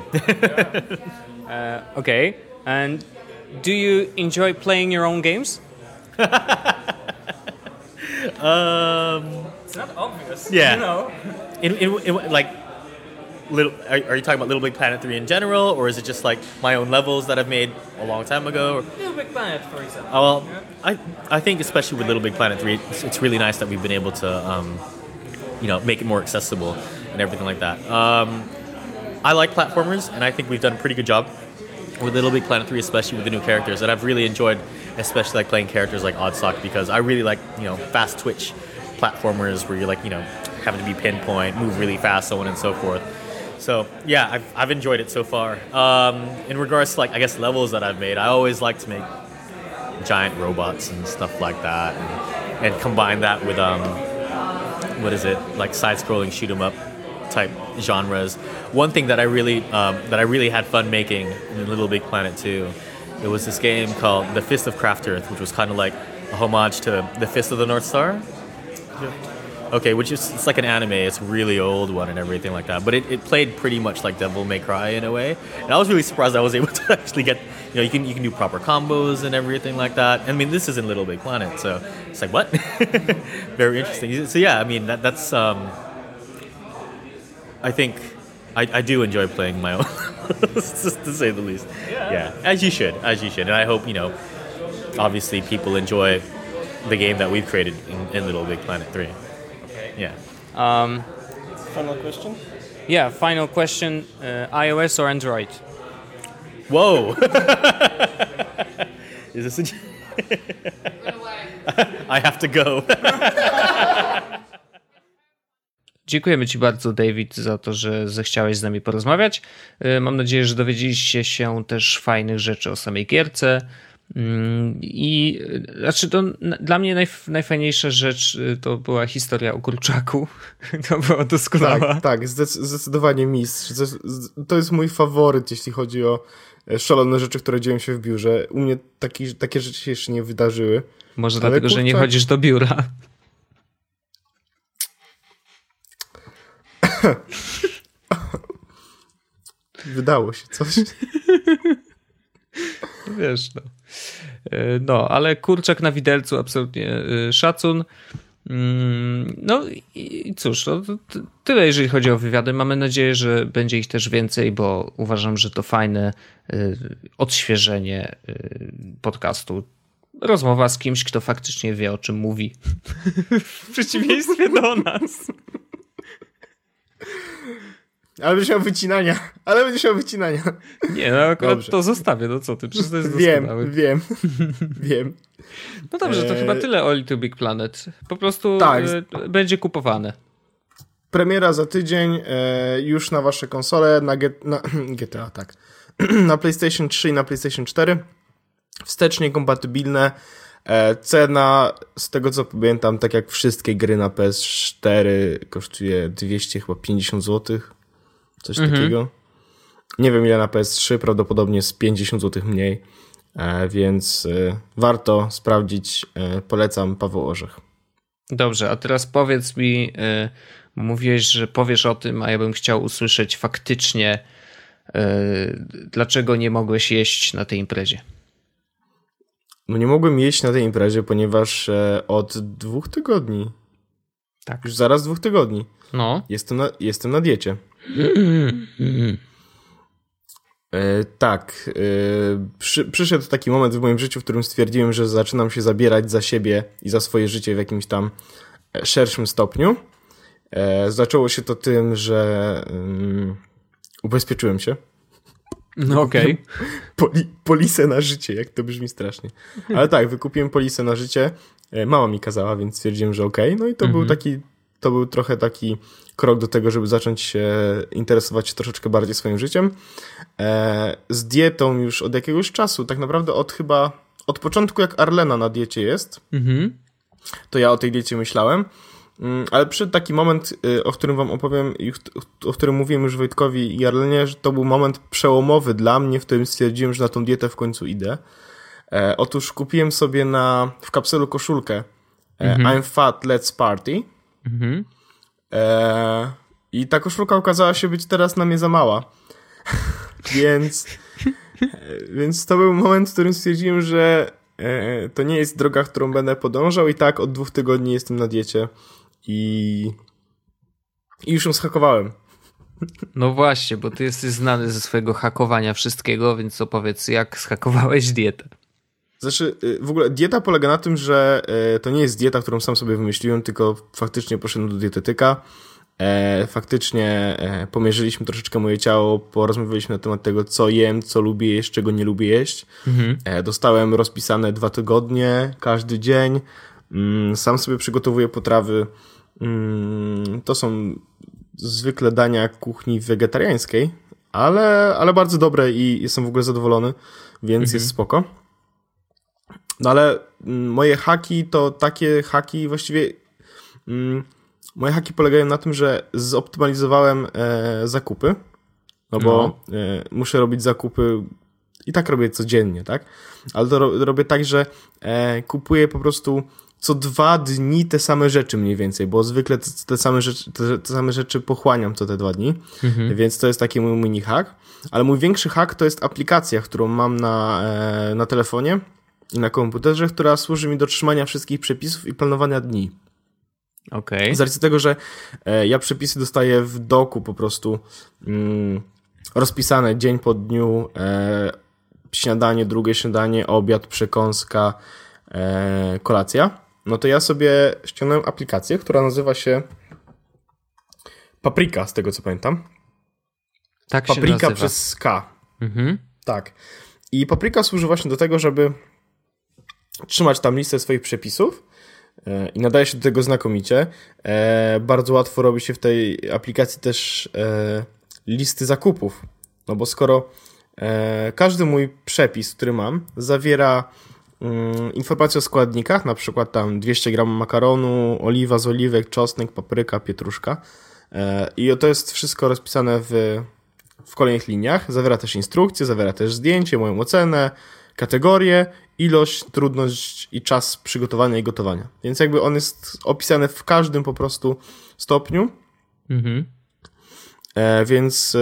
uh, okay, and do you enjoy playing your own games? um, it's not obvious. Yeah. You know. in, in, in, like. Little, are, are you talking about Little Big Planet three in general, or is it just like my own levels that I've made a long time ago? Or? Little Big Planet, for example. Oh, well, yeah. I I think especially with Little Big Planet three, it's, it's really nice that we've been able to, um, you know, make it more accessible and everything like that. Um, I like platformers, and I think we've done a pretty good job with Little Big Planet three, especially with the new characters. And I've really enjoyed, especially like playing characters like Oddsock, because I really like, you know, fast twitch platformers where you're like, you know, having to be pinpoint, move really fast, so on and so forth. So, yeah, I've, I've enjoyed it so far. Um, in regards to, like, I guess, levels that I've made, I always like to make giant robots and stuff like that, and, and combine that with, um, what is it, like side-scrolling shoot-'em-up type genres. One thing that I really um, that I really had fun making in Little Big Planet two, it was this game called The Fist of Craft Earth, which was kind of like a homage to The Fist of the North Star. Okay, which is, it's like an anime, it's a really old one and everything like that, but it, it played pretty much like Devil May Cry in a way, and I was really surprised I was able to actually get, you know, you can you can do proper combos and everything like that. I mean, this is in Little Big Planet, so it's like, what? Very interesting. So yeah, I mean, that that's, um, I think I, I do enjoy playing my own, to say the least. Yeah. yeah, as you should, as you should. And I hope, you know, obviously people enjoy the game that we've created in, in Little Big Planet three. Okay. Yeah. Um, Final question? yeah, final question. Uh, iOS or Android? Whoa. Is this a... I have to go. Dziękujemy Ci bardzo, David, za to, że zechciałeś z nami porozmawiać. Mam nadzieję, że dowiedzieliście się też fajnych rzeczy o samej gierce. I znaczy to dla mnie najf- najfajniejsza rzecz to była historia o kurczaku. To była doskonała. Tak, tak, zdec- zdecydowanie mistrz. To jest mój faworyt, jeśli chodzi o szalone rzeczy, które dzieją się w biurze. U mnie taki, takie rzeczy się jeszcze nie wydarzyły. Może dlatego, kurczak... że nie chodzisz do biura. Wydało się coś. Wiesz, no. No, ale kurczak na widelcu, absolutnie szacun. No i cóż, no, tyle jeżeli chodzi o wywiady. Mamy nadzieję, że będzie ich też więcej, bo uważam, że to fajne odświeżenie podcastu. Rozmowa z kimś, kto faktycznie wie, o czym mówi. W przeciwieństwie do nas. Ale będziesz miał wycinania. Ale będziesz miał wycinania. Nie, no akurat dobrze. To zostawię. No co ty, przecież to jest wiem, doskonały. Wiem, wiem. No dobrze, to eee... chyba tyle o Little Big Planet. Po prostu tak. e, będzie kupowane. Premiera za tydzień, e, już na wasze konsole, na, G- na G T A, tak. Na PlayStation trzy i na PlayStation cztery. Wstecznie kompatybilne. E, cena, z tego co pamiętam, tak jak wszystkie gry na P S cztery, kosztuje dwieście pięćdziesiąt złotych. Coś mhm. takiego. Nie wiem ile na P S trzy, prawdopodobnie z pięćdziesiąt złotych mniej, e, więc e, warto sprawdzić. E, polecam, Paweł Orzech. Dobrze, a teraz powiedz mi, e, mówiłeś, że powiesz o tym, a ja bym chciał usłyszeć faktycznie, e, dlaczego nie mogłeś jeść na tej imprezie. No nie mogłem jeść na tej imprezie, ponieważ e, od dwóch tygodni, tak. już zaraz dwóch tygodni, no. jestem, na, jestem na diecie. E, tak. E, przy, przyszedł taki moment w moim życiu, w którym stwierdziłem, że zaczynam się zabierać za siebie i za swoje życie w jakimś tam szerszym stopniu. E, zaczęło się to tym, że um, ubezpieczyłem się. No okej. Okay. Poli, polisę na życie, jak to brzmi strasznie. Ale tak, wykupiłem polisę na życie. Mama mi kazała, więc stwierdziłem, że okej. Okay. No i to mm-hmm. był taki, to był trochę taki krok do tego, żeby zacząć się interesować się troszeczkę bardziej swoim życiem. E, z dietą już od jakiegoś czasu, tak naprawdę od chyba, od początku jak Arlena na diecie jest, mm-hmm. to ja o tej diecie myślałem. Ale przyszedł taki moment, o którym wam opowiem, o którym mówiłem już Wojtkowi i Arlenie, że to był moment przełomowy dla mnie, w którym stwierdziłem, że na tą dietę w końcu idę. E, otóż kupiłem sobie na, w kapselu koszulkę e, mm-hmm. I'm fat, let's party. Mm-hmm. E, I ta koszulka okazała się być teraz na mnie za mała. więc, więc to był moment, w którym stwierdziłem, że e, to nie jest droga, którą będę podążał i tak od dwóch tygodni jestem na diecie. I, I już ją zhakowałem. No właśnie, bo ty jesteś znany ze swojego hakowania wszystkiego, więc opowiedz, jak zhakowałeś dietę. Znaczy, w ogóle dieta polega na tym, że to nie jest dieta, którą sam sobie wymyśliłem, tylko faktycznie poszedłem do dietetyka. Faktycznie pomierzyliśmy troszeczkę moje ciało, porozmawialiśmy na temat tego, co jem, co lubię jeść, czego nie lubię jeść. Mhm. Dostałem rozpisane dwa tygodnie, każdy dzień. Sam sobie przygotowuję potrawy. To są zwykle dania kuchni wegetariańskiej, ale, ale bardzo dobre i jestem w ogóle zadowolony, więc mhm. jest spoko. No ale moje haki to takie haki właściwie... Moje haki polegają na tym, że zoptymalizowałem e, zakupy, no bo no. E, muszę robić zakupy i tak robię codziennie, tak? Ale to ro, robię tak, że e, kupuję po prostu co dwa dni te same rzeczy mniej więcej, bo zwykle te, te, same, rzeczy, te, te same rzeczy pochłaniam co te dwa dni, mhm. więc to jest taki mój mini hack. Ale mój większy hack to jest aplikacja, którą mam na, e, na telefonie i na komputerze, która służy mi do trzymania wszystkich przepisów i planowania dni. Okej. Okay. Z racji tego, że e, ja przepisy dostaję w doku po prostu mm, rozpisane dzień po dniu, e, śniadanie, drugie śniadanie, obiad, przekąska, e, kolacja, no to ja sobie ściągnąłem aplikację, która nazywa się Paprika, z tego co pamiętam. Tak się Paprika nazywa. przez K. Mhm. Tak. I Paprika służy właśnie do tego, żeby trzymać tam listę swoich przepisów e, i nadaje się do tego znakomicie. E, bardzo łatwo robi się w tej aplikacji też e, listy zakupów. No bo skoro e, każdy mój przepis, który mam, zawiera mm, informacje o składnikach, na przykład tam dwieście gramów makaronu, oliwa z oliwek, czosnek, papryka, pietruszka. E, I to jest wszystko rozpisane w, w kolejnych liniach. Zawiera też instrukcję, zawiera też zdjęcie, moją ocenę, kategorię, ilość, trudność i czas przygotowania i gotowania. Więc jakby on jest opisany w każdym po prostu stopniu. Mhm. E, więc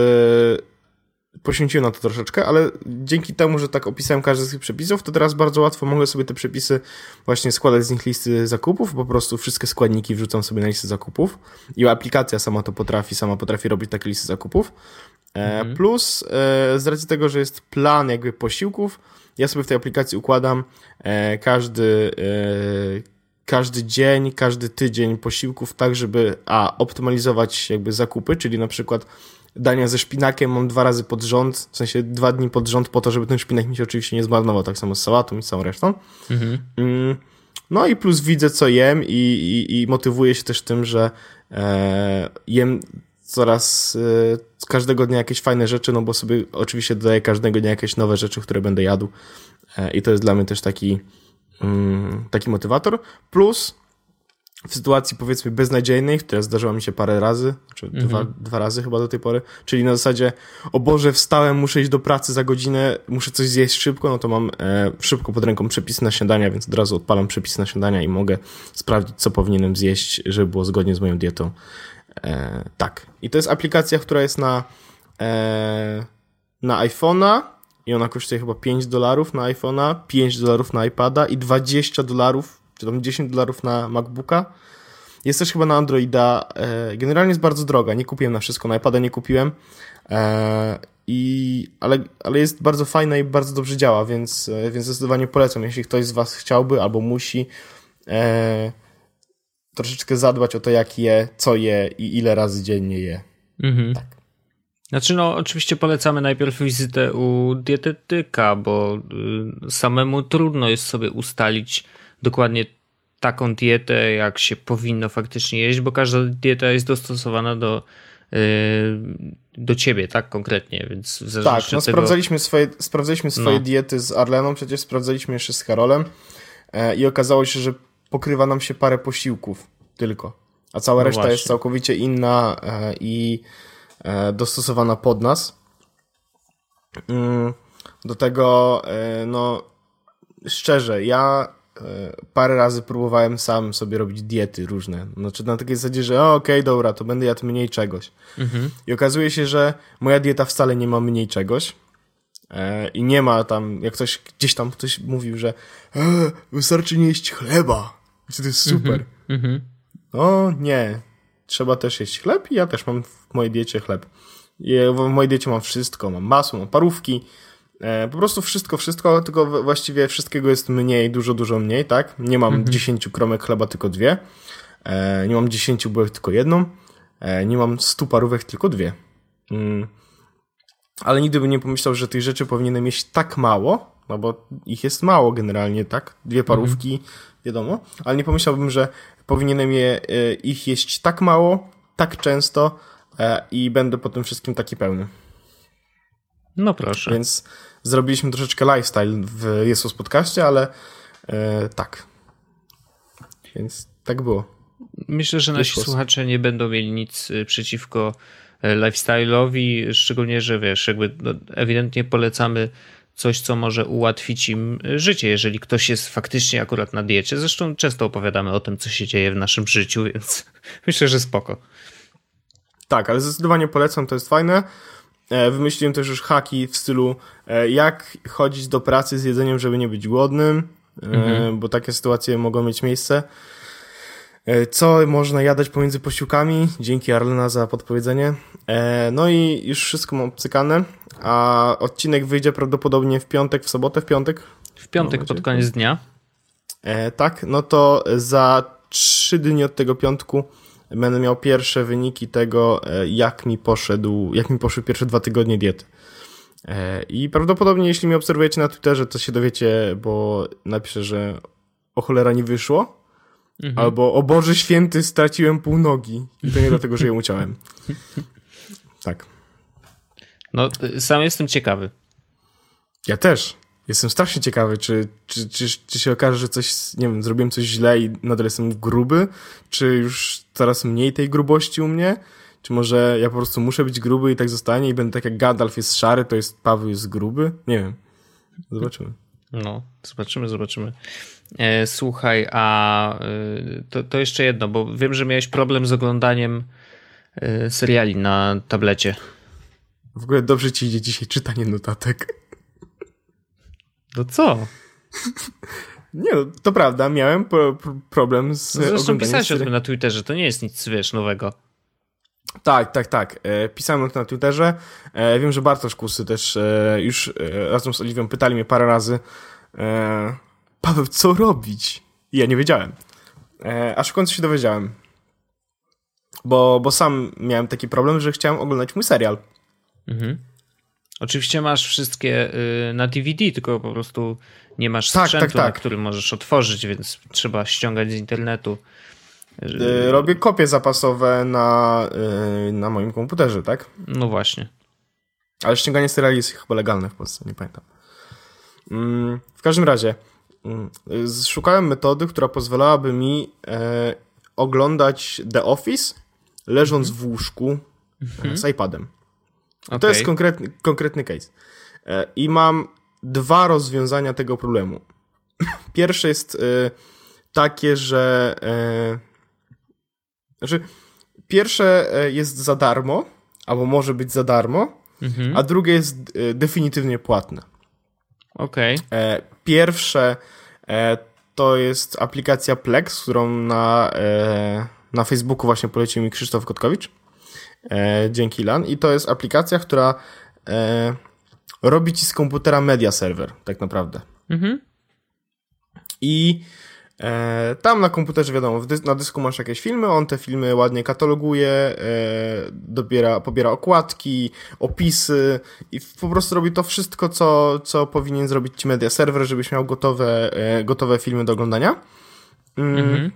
e, poświęciłem na to troszeczkę, ale dzięki temu, że tak opisałem każdy z tych przepisów, to teraz bardzo łatwo mogę sobie te przepisy właśnie składać z nich listy zakupów, po prostu wszystkie składniki wrzucam sobie na listy zakupów i aplikacja sama to potrafi, sama potrafi robić takie listy zakupów. E, Mhm. Plus e, z racji tego, że jest plan jakby posiłków, ja sobie w tej aplikacji układam e, każdy, e, każdy dzień, każdy tydzień posiłków tak, żeby a optymalizować jakby zakupy, czyli na przykład dania ze szpinakiem mam dwa razy pod rząd, w sensie dwa dni pod rząd po to, żeby ten szpinak mi się oczywiście nie zmarnował, tak samo z sałatą i z całą resztą. Mhm. Mm, no i plus widzę, co jem i, i, i motywuję się też tym, że e, jem coraz e, każdego dnia jakieś fajne rzeczy, no bo sobie oczywiście dodaję każdego dnia jakieś nowe rzeczy, które będę jadł e, i to jest dla mnie też taki mm, taki motywator. Plus w sytuacji powiedzmy beznadziejnej, która zdarzyła mi się parę razy, czy Mhm. dwa, dwa razy chyba do tej pory, czyli na zasadzie o Boże, wstałem, muszę iść do pracy za godzinę, muszę coś zjeść szybko, no to mam e, szybko pod ręką przepisy na śniadania, więc od razu odpalam przepisy na śniadania i mogę sprawdzić, co powinienem zjeść, żeby było zgodnie z moją dietą. E, tak. I to jest aplikacja, która jest na e, na iPhone'a i ona kosztuje chyba pięć dolarów na iPhone'a, pięć dolarów na iPada i dwadzieścia dolarów, czy tam dziesięć dolarów na MacBooka. Jest też chyba na Androida. E, generalnie jest bardzo droga. Nie kupiłem na wszystko. Na iPada nie kupiłem. E, i, ale, ale jest bardzo fajna i bardzo dobrze działa, więc, e, więc zdecydowanie polecam. Jeśli ktoś z was chciałby albo musi e, troszeczkę zadbać o to, jak je, co je i ile razy dziennie je. Mhm. Tak. Znaczy, no, oczywiście polecamy najpierw wizytę u dietetyka, bo y, samemu trudno jest sobie ustalić dokładnie taką dietę, jak się powinno faktycznie jeść, bo każda dieta jest dostosowana do, y, do ciebie, tak konkretnie, więc w Tak, zależności no od tego... sprawdzaliśmy swoje, sprawdzaliśmy swoje No. diety z Arleną, przecież sprawdzaliśmy jeszcze z Karolem e, i okazało się, że pokrywa nam się parę posiłków tylko, a cała No reszta właśnie. jest całkowicie inna e, i e, dostosowana pod nas. Mm, do tego, e, no szczerze, ja e, parę razy próbowałem sam sobie robić diety różne. Znaczy na takiej zasadzie, że o, okej, dobra, to będę jadł mniej czegoś. Mhm. I okazuje się, że moja dieta wcale nie ma mniej czegoś. E, I nie ma tam, jak ktoś gdzieś tam ktoś mówił, że e, wystarczy nie jeść chleba. I to jest super. Mhm. No nie. Trzeba też jeść chleb i ja też mam w mojej diecie chleb. I w mojej diecie mam wszystko. Mam masło, mam parówki. E, po prostu wszystko, wszystko, tylko w- właściwie wszystkiego jest mniej, dużo, dużo mniej, tak? Nie mam Mhm. dziesięciu kromek chleba, tylko dwie. E, nie mam dziesięciu bułek, tylko jedną. E, nie mam stu parówek, tylko dwie. Mm. Ale nigdy bym nie pomyślał, że tych rzeczy powinienem mieć tak mało, no bo ich jest mało generalnie, tak? Dwie parówki, wiadomo. Ale nie pomyślałbym, że powinienem je, e, ich jeść tak mało, tak często e, i będę po tym wszystkim taki pełny. No proszę. Więc zrobiliśmy troszeczkę lifestyle w Jesus podcaście, ale e, tak. Więc tak było. Myślę, że nasi Wyszło. słuchacze nie będą mieli nic y, przeciwko e, lifestyle'owi, szczególnie, że wiesz, jakby no, ewidentnie polecamy coś, co może ułatwić im życie, jeżeli ktoś jest faktycznie akurat na diecie. Zresztą często opowiadamy o tym, co się dzieje w naszym życiu, więc myślę, że spoko. Tak, ale zdecydowanie polecam, to jest fajne. E, Wymyśliłem też już haki w stylu e, jak chodzić do pracy z jedzeniem, żeby nie być głodnym, e, Mhm. bo takie sytuacje mogą mieć miejsce. Co można jadać pomiędzy posiłkami? Dzięki Arlena za podpowiedzenie. No i już wszystko mam obcykane, a odcinek wyjdzie prawdopodobnie w piątek, w sobotę, w piątek? W piątek pod koniec dnia. E, tak, no to za trzy dni od tego piątku będę miał pierwsze wyniki tego, jak mi poszedł, jak mi poszły pierwsze dwa tygodnie diety. E, I prawdopodobnie, jeśli mnie obserwujecie na Twitterze, to się dowiecie, bo napiszę, że o cholera nie wyszło, mhm. albo o Boże Święty, straciłem pół nogi. I to nie dlatego, że ją uciąłem. Tak. No, sam jestem ciekawy. Ja też. Jestem strasznie ciekawy, czy, czy, czy, czy się okaże, że coś, nie wiem, zrobiłem coś źle i nadal jestem gruby, czy już coraz mniej tej grubości u mnie, czy może ja po prostu muszę być gruby i tak zostanie i będę tak jak Gandalf jest szary, to jest Paweł jest gruby? Nie wiem. Zobaczymy. No, zobaczymy, zobaczymy. E, słuchaj, a e, to, to jeszcze jedno, bo wiem, że miałeś problem z oglądaniem e, seriali na tablecie. W ogóle dobrze ci idzie dzisiaj czytanie notatek. To co? Nie, no, to prawda, miałem pro, pro, problem z no zresztą pisałeś serii. o tym na Twitterze, to nie jest nic, wiesz, nowego. Tak, tak, tak. E, pisałem o tym na Twitterze. E, wiem, że Bartosz Kusy też e, już e, razem z Oliwią pytali mnie parę razy, e, Paweł, co robić? I ja nie wiedziałem. E, aż w końcu się dowiedziałem. Bo, bo sam miałem taki problem, że chciałem oglądać mój serial. Mhm. Oczywiście masz wszystkie y, na D V D, tylko po prostu nie masz tak, sprzętu, tak, tak. na którym możesz otworzyć, więc trzeba ściągać z internetu. Y, robię kopie zapasowe na, y, na moim komputerze, tak? No właśnie. Ale ściąganie seriali jest chyba legalne w Polsce, nie pamiętam. Mm, w każdym razie y, szukałem metody, która pozwalałaby mi y, oglądać The Office leżąc mm-hmm. w łóżku mm-hmm. z iPadem. Okay. To jest konkretny, konkretny case. I mam dwa rozwiązania tego problemu. Pierwsze jest y, takie, że y, znaczy pierwsze jest za darmo, albo może być za darmo, mhm. a drugie jest y, definitywnie płatne. Okej. Okay. Pierwsze y, to jest aplikacja Plex, którą na, y, na Facebooku właśnie polecił mi Krzysztof Kotkowicz. E, dzięki Lan. I to jest aplikacja, która e, robi ci z komputera media server, tak naprawdę. Mhm. I e, tam na komputerze, wiadomo, dy- na dysku masz jakieś filmy, on te filmy ładnie kataloguje, e, dobiera, pobiera okładki, opisy i po prostu robi to wszystko, co, co powinien zrobić ci media server, żebyś miał gotowe, e, gotowe filmy do oglądania. Mm. Mhm.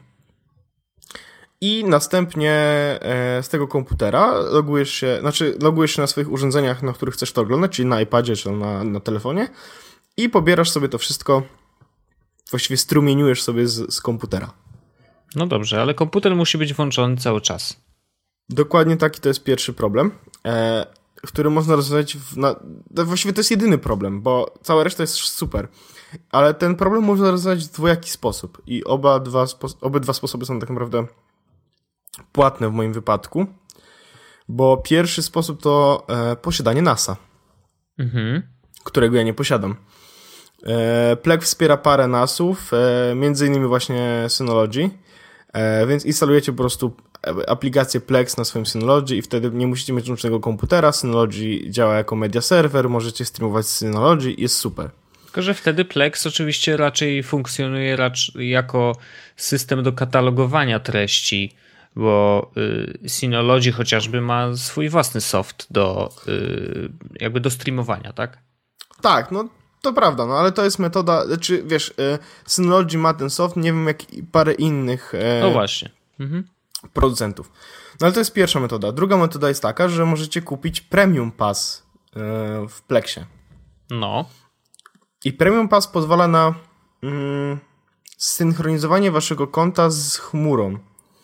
I następnie e, z tego komputera logujesz się, znaczy logujesz się na swoich urządzeniach, na których chcesz to oglądać, czyli na iPadzie czy na, na telefonie i pobierasz sobie to wszystko, właściwie strumieniujesz sobie z, z komputera. No dobrze, ale komputer musi być włączony cały czas. Dokładnie taki to jest pierwszy problem, e, który można rozwiązać, w, na, właściwie to jest jedyny problem, bo cała reszta jest super, ale ten problem można rozwiązać w dwojaki sposób i oba dwa, spo, obydwa sposoby są tak naprawdę płatne w moim wypadku, bo pierwszy sposób to e, posiadanie NASA, mhm. którego ja nie posiadam. E, Plex wspiera parę nasów, e, między innymi właśnie Synology, e, więc instalujecie po prostu aplikację Plex na swoim Synology i wtedy nie musicie mieć łącznego komputera, Synology działa jako media server, możecie streamować z Synology i jest super. Tylko że wtedy Plex oczywiście raczej funkcjonuje raczej jako system do katalogowania treści, bo y, Synology chociażby ma swój własny soft do y, jakby do streamowania, tak? Tak, no to prawda, no ale to jest metoda, znaczy wiesz, y, Synology ma ten soft, nie wiem jak parę innych y, no właśnie. Mhm. producentów. No ale to jest pierwsza metoda. Druga metoda jest taka, że możecie kupić Premium Pass y, w Plexie. No. I Premium Pass pozwala na mm, synchronizowanie waszego konta z chmurą,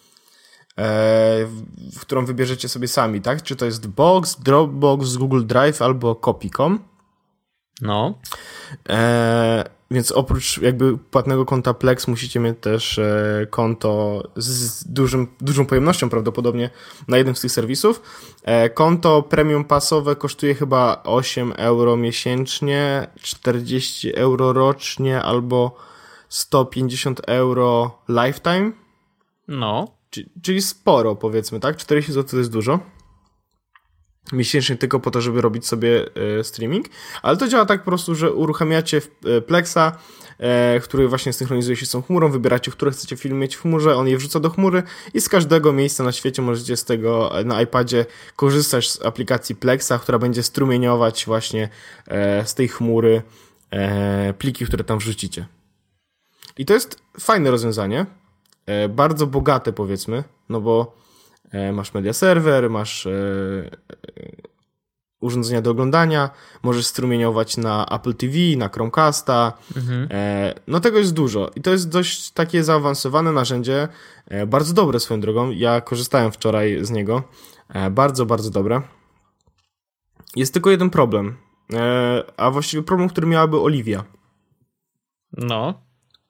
w którą wybierzecie sobie sami, tak? Czy to jest Box, Dropbox, Google Drive albo Copy kropka com. No. E, więc oprócz jakby płatnego konta Plex musicie mieć też e, konto z dużym, dużą pojemnością prawdopodobnie na jednym z tych serwisów. E, konto premium passowe kosztuje chyba osiem euro miesięcznie, czterdzieści euro rocznie albo sto pięćdziesiąt euro lifetime. No. Czyli sporo, powiedzmy, tak? czterdzieści złotych to jest dużo. Miesięcznie tylko po to, żeby robić sobie e, streaming. Ale to działa tak po prostu, że uruchamiacie e, Plexa, e, który właśnie synchronizuje się z tą chmurą, wybieracie, które chcecie filmy mieć w chmurze, on je wrzuca do chmury i z każdego miejsca na świecie możecie z tego na iPadzie korzystać z aplikacji Plexa, która będzie strumieniować właśnie e, z tej chmury e, pliki, które tam wrzucicie. I to jest fajne rozwiązanie. E, bardzo bogate, powiedzmy, no bo e, masz media server, masz e, e, urządzenia do oglądania, możesz strumieniować na Apple T V, na Chromecasta, mhm. e, no tego jest dużo i to jest dość takie zaawansowane narzędzie, e, bardzo dobre swoją drogą, ja korzystałem wczoraj z niego, e, bardzo, bardzo dobre. Jest tylko jeden problem, e, a właściwie problem, który miałaby Olivia. No.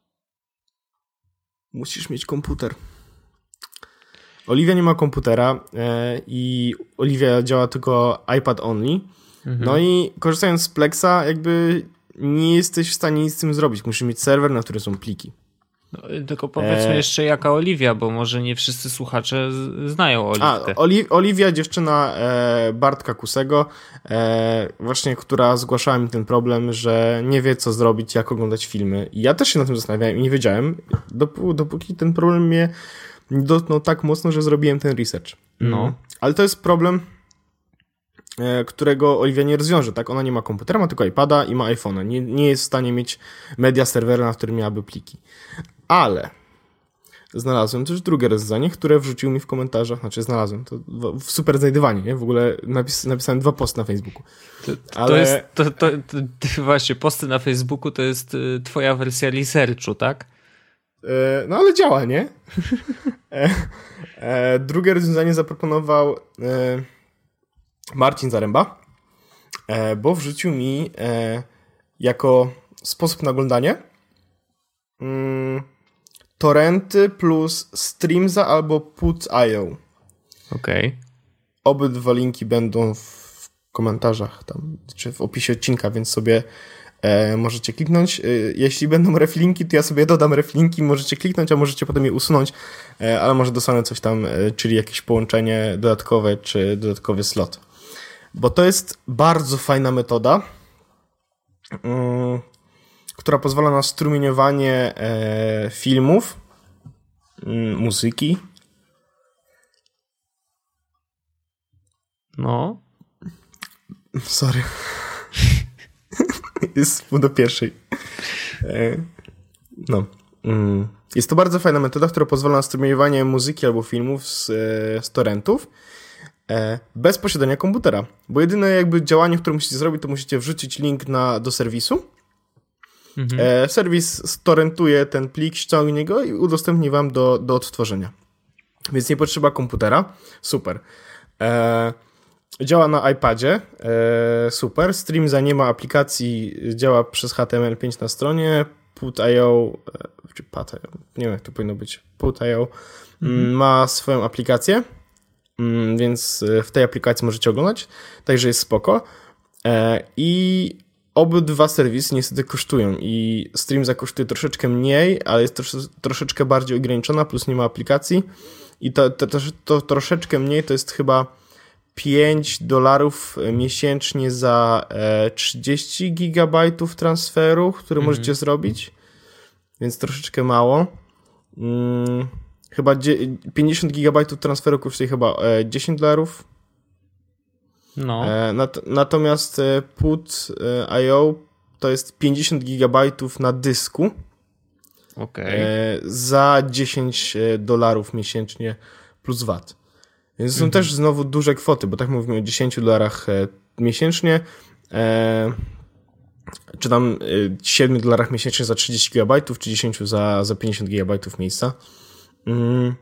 Musisz mieć komputer. Olivia nie ma komputera e, i Olivia działa tylko iPad only. Mhm. No i korzystając z Plexa jakby nie jesteś w stanie nic z tym zrobić. Musisz mieć serwer, na którym są pliki. No, tylko powiedzmy e... jeszcze jaka Olivia, bo może nie wszyscy słuchacze z- znają Oliwkę. A, Oli- Olivia, dziewczyna e, Bartka Kusego, e, właśnie, która zgłaszała mi ten problem, że nie wie co zrobić, jak oglądać filmy. I ja też się na tym zastanawiałem i nie wiedziałem, dopó- dopóki ten problem mnie dotknął tak mocno, że zrobiłem ten research. No. Mm. Ale to jest problem, e, którego Olivia nie rozwiąże, tak? Ona nie ma komputera, ma tylko iPada i ma iPhone'a. Nie, nie jest w stanie mieć media serwera, na którym miałaby pliki. Ale znalazłem też drugie rozwiązanie, które wrzucił mi w komentarzach, znaczy znalazłem, to w super znajdywanie, nie? W ogóle napis, napisałem dwa posty na Facebooku. To, ale... to jest, to, to, to, to właśnie, posty na Facebooku to jest y, twoja wersja researchu, tak? E, no ale działa, nie? e, e, drugie rozwiązanie zaproponował e, Marcin Zaręba, e, bo wrzucił mi e, jako sposób na oglądanie mm, torrenty plus Streamza albo Put kropka i o. Okej. Okay. Obydwa linki będą w komentarzach tam, czy w opisie odcinka, więc sobie e, możecie kliknąć. E, jeśli będą reflinki, to ja sobie dodam reflinki, możecie kliknąć, a możecie potem je usunąć, e, ale może dostanę coś tam, e, czyli jakieś połączenie dodatkowe, czy dodatkowy slot. Bo to jest bardzo fajna metoda, mm, która pozwala na strumieniowanie e, filmów, m, muzyki. No. Sorry. Jest pół do pierwszej. E, no. Mm. Jest to bardzo fajna metoda, która pozwala na strumieniowanie muzyki albo filmów z, e, z torrentów e, bez posiadania komputera. Bo jedyne jakby działanie, które musicie zrobić, to musicie wrzucić link na, do serwisu. Mhm. E, serwis storrentuje ten plik, ściągnie go i udostępni wam do, do odtworzenia. Więc nie potrzeba komputera. Super. E, działa na iPadzie. E, super. Streamza nie ma aplikacji. Działa przez H T M L pięć na stronie. Put kropka i o e, czy Pat, nie wiem jak to powinno być. Put kropka i o mhm. ma swoją aplikację. Mm, więc w tej aplikacji możecie oglądać. Także jest spoko. E, I obydwa serwisy niestety kosztują i Streamza kosztuje troszeczkę mniej, ale jest trosz, troszeczkę bardziej ograniczona, plus nie ma aplikacji i to, to, to, to troszeczkę mniej to jest chyba pięć dolarów miesięcznie za e, trzydzieści gigabajtów transferu, które mhm. możecie zrobić, więc troszeczkę mało. Hmm, chyba pięćdziesiąt gigabajtów transferu kosztuje chyba e, dziesięć dolarów. No. E, nat- natomiast e, Put kropka i o to jest pięćdziesiąt gigabajtów na dysku. Okay. E, za dziesięć dolarów miesięcznie plus V A T. Więc mhm. są też znowu duże kwoty, bo tak mówimy o dziesięć dolarach e, miesięcznie, e, czy tam e, siedem dolarach miesięcznie za trzydzieści gigabajtów, czy dziesięć za, za pięćdziesiąt gigabajtów miejsca. Mm.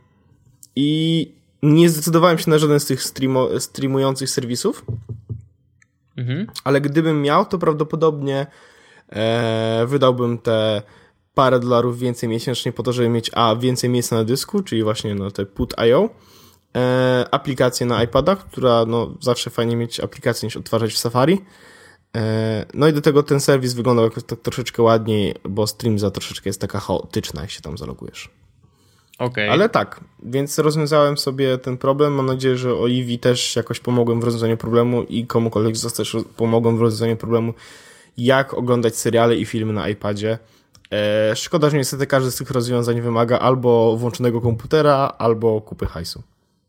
I nie zdecydowałem się na żaden z tych streamo- streamujących serwisów, mhm. ale gdybym miał, to prawdopodobnie e, wydałbym te parę dolarów więcej miesięcznie po to, żeby mieć a więcej miejsca na dysku, czyli właśnie no, te Put kropka i o, e, aplikację na iPada, która no, zawsze fajnie mieć aplikację niż odtwarzać w Safari. E, no i do tego ten serwis wyglądał jakoś tak troszeczkę ładniej, bo Streamza troszeczkę jest taka chaotyczna, jak się tam zalogujesz. Okay. Ale tak, więc rozwiązałem sobie ten problem. Mam nadzieję, że Oliwii też jakoś pomogłem w rozwiązaniu problemu i komukolwiek z was też pomogłem w rozwiązaniu problemu, jak oglądać seriale i filmy na iPadzie. E, szkoda, że niestety każdy z tych rozwiązań wymaga albo włączonego komputera, albo kupy hajsu.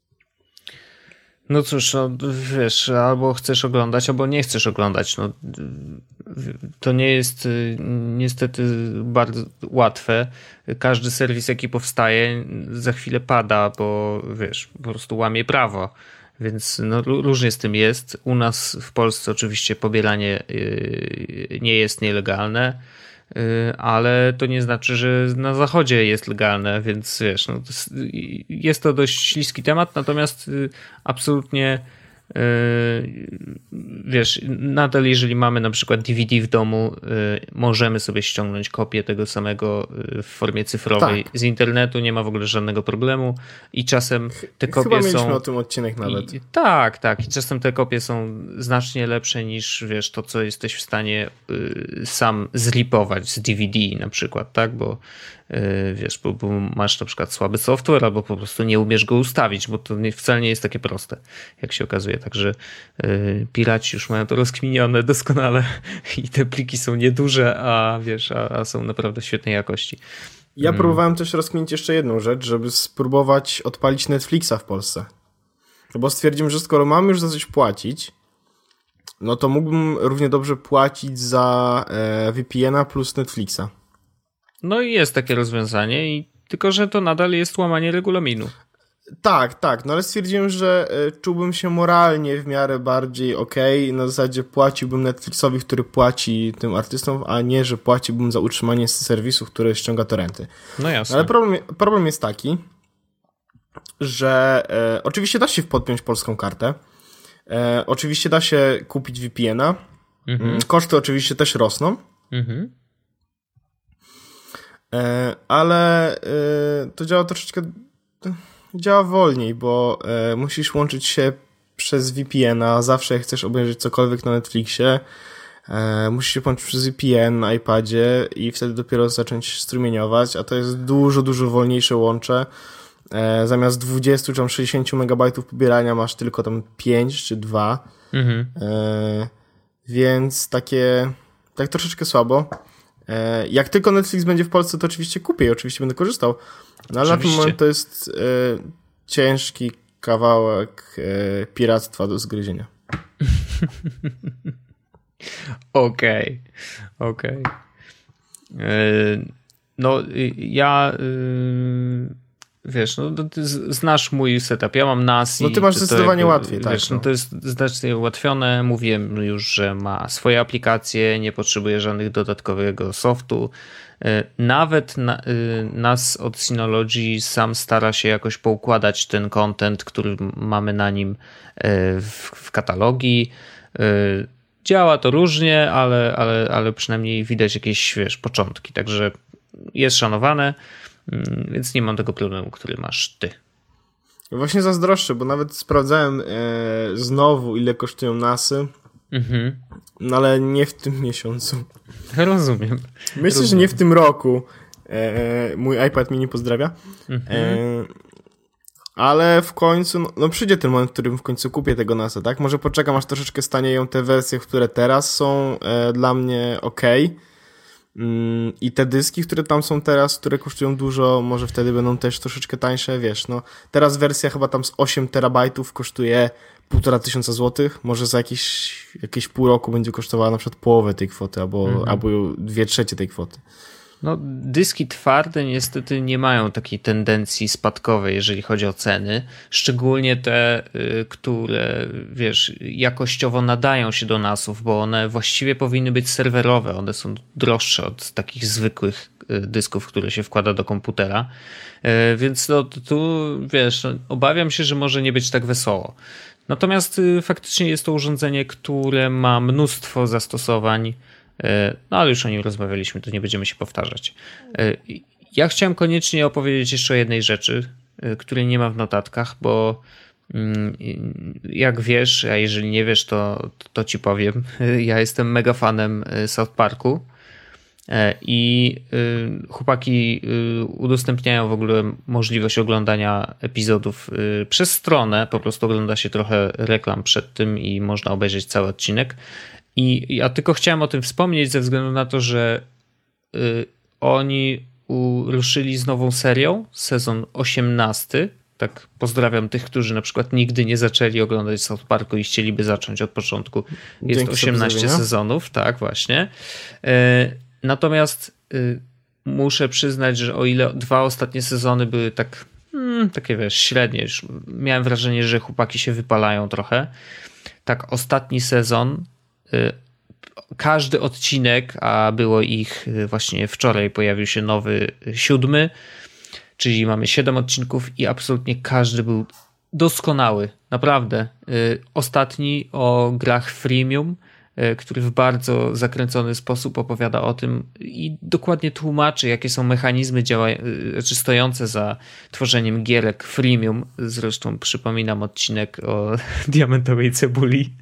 No cóż, no wiesz, albo chcesz oglądać, albo nie chcesz oglądać. No, to nie jest niestety bardzo łatwe. Każdy serwis, jaki powstaje, za chwilę pada, bo wiesz, po prostu łamie prawo. Więc no, różnie z tym jest. U nas w Polsce oczywiście pobieranie nie jest nielegalne, ale to nie znaczy, że na zachodzie jest legalne, więc wiesz, no, jest to dość śliski temat, natomiast absolutnie wiesz, nadal jeżeli mamy na przykład D V D w domu, możemy sobie ściągnąć kopię tego samego w formie cyfrowej tak. z internetu, nie ma w ogóle żadnego problemu i czasem te kopie Chyba mieliśmy są... o tym odcinek nawet. I, tak, tak i czasem te kopie są znacznie lepsze niż wiesz, to co jesteś w stanie y, sam zlipować z D V D na przykład, tak, bo y, wiesz, bo, bo masz na przykład słaby software albo po prostu nie umiesz go ustawić, bo to nie, wcale nie jest takie proste, jak się okazuje. Także y, piraci już mają to rozkminione doskonale i te pliki są nieduże, a wiesz, a, a są naprawdę świetnej jakości. Ja hmm. próbowałem też rozkminić jeszcze jedną rzecz, żeby spróbować odpalić Netflixa w Polsce. No bo stwierdziłem, że skoro mam już za coś płacić, no to mógłbym równie dobrze płacić za e, V P N a plus Netflixa. No i jest takie rozwiązanie, i tylko że to nadal jest łamanie regulaminu. Tak, tak, no ale stwierdziłem, że czułbym się moralnie w miarę bardziej okej, okay. Na zasadzie płaciłbym Netflixowi, który płaci tym artystom, a nie, że płaciłbym za utrzymanie serwisu, który ściąga torrenty. No jasne. Ale problem, problem jest taki, że e, oczywiście da się podpiąć polską kartę, e, oczywiście da się kupić V P N a, mhm. koszty oczywiście też rosną, mhm. e, ale e, to działa troszeczkę... Działa wolniej, bo e, musisz łączyć się przez V P N a, zawsze jak chcesz obejrzeć cokolwiek na Netflixie, e, musisz się połączyć przez V P N na iPadzie i wtedy dopiero zacząć strumieniować, a to jest dużo, dużo wolniejsze łącze. E, zamiast dwadzieścia czy sześćdziesiąt megabajtów pobierania masz tylko tam pięć czy dwa. Mhm. E, więc takie, tak troszeczkę słabo. E, jak tylko Netflix będzie w Polsce, to oczywiście kupię i oczywiście będę korzystał. No ale na ten moment to jest e, ciężki kawałek e, piractwa do zgryzienia. Okej, okej. No ja wiesz, no ty znasz mój setup, ja mam N A S. No ty masz zdecydowanie łatwiej, tak. Wiesz, no to jest znacznie ułatwione, mówiłem już, że ma swoje aplikacje, nie potrzebuje żadnych dodatkowego softu. Nawet na, N A S od Synology sam stara się jakoś poukładać ten content, który mamy na nim w, w katalogi. Działa to różnie, ale, ale, ale przynajmniej widać jakieś, wiesz, początki, także jest szanowane, więc nie mam tego problemu, który masz ty. Właśnie zazdroszczę, bo nawet sprawdzałem e, znowu, ile kosztują NASy, mhm. no ale nie w tym miesiącu. Rozumiem. Myślę, Rozumiem. że nie w tym roku. E, mój iPad mini pozdrawia. Mhm. E, ale w końcu, no, no przyjdzie ten moment, w którym w końcu kupię tego NASa, tak? Może poczekam, aż troszeczkę stanieją te wersje, które teraz są e, dla mnie okej. Mm, I te dyski, które tam są teraz, które kosztują dużo, może wtedy będą też troszeczkę tańsze, wiesz, no. Teraz wersja chyba tam z osiem terabajtów kosztuje półtora tysiąca złotych, może za jakieś, jakieś pół roku będzie kosztowała na przykład połowę tej kwoty, albo, mhm. albo dwie trzecie tej kwoty. No, dyski twarde niestety nie mają takiej tendencji spadkowej, jeżeli chodzi o ceny. Szczególnie te, które, wiesz, jakościowo nadają się do nasów, bo one właściwie powinny być serwerowe. One są droższe od takich zwykłych dysków, które się wkłada do komputera. Więc no, tu, wiesz, obawiam się, że może nie być tak wesoło. Natomiast faktycznie jest to urządzenie, które ma mnóstwo zastosowań. No ale już o nim rozmawialiśmy, to nie będziemy się powtarzać. Ja chciałem koniecznie opowiedzieć jeszcze o jednej rzeczy, której nie ma w notatkach, bo jak wiesz, a jeżeli nie wiesz, to, to ci powiem, ja jestem mega fanem South Parku I chłopaki udostępniają w ogóle możliwość oglądania epizodów przez stronę, po prostu ogląda się trochę reklam przed tym i można obejrzeć cały odcinek. I ja tylko chciałem o tym wspomnieć ze względu na to, że oni ruszyli z nową serią, sezon osiemnasty. Tak pozdrawiam tych, którzy na przykład nigdy nie zaczęli oglądać South Parku i chcieliby zacząć od początku. Jest Dzięki osiemnaście sezonów, tak właśnie. Natomiast muszę przyznać, że o ile dwa ostatnie sezony były tak hmm, takie wiesz, średnie, już miałem wrażenie, że chłopaki się wypalają trochę, tak ostatni sezon, każdy odcinek, a było ich właśnie wczoraj, pojawił się nowy siódmy, czyli mamy siedem odcinków i absolutnie każdy był doskonały. Naprawdę. Ostatni o grach freemium, który w bardzo zakręcony sposób opowiada o tym i dokładnie tłumaczy, jakie są mechanizmy działa- czy stojące za tworzeniem gierek freemium. Zresztą przypominam odcinek o diamentowej cebuli.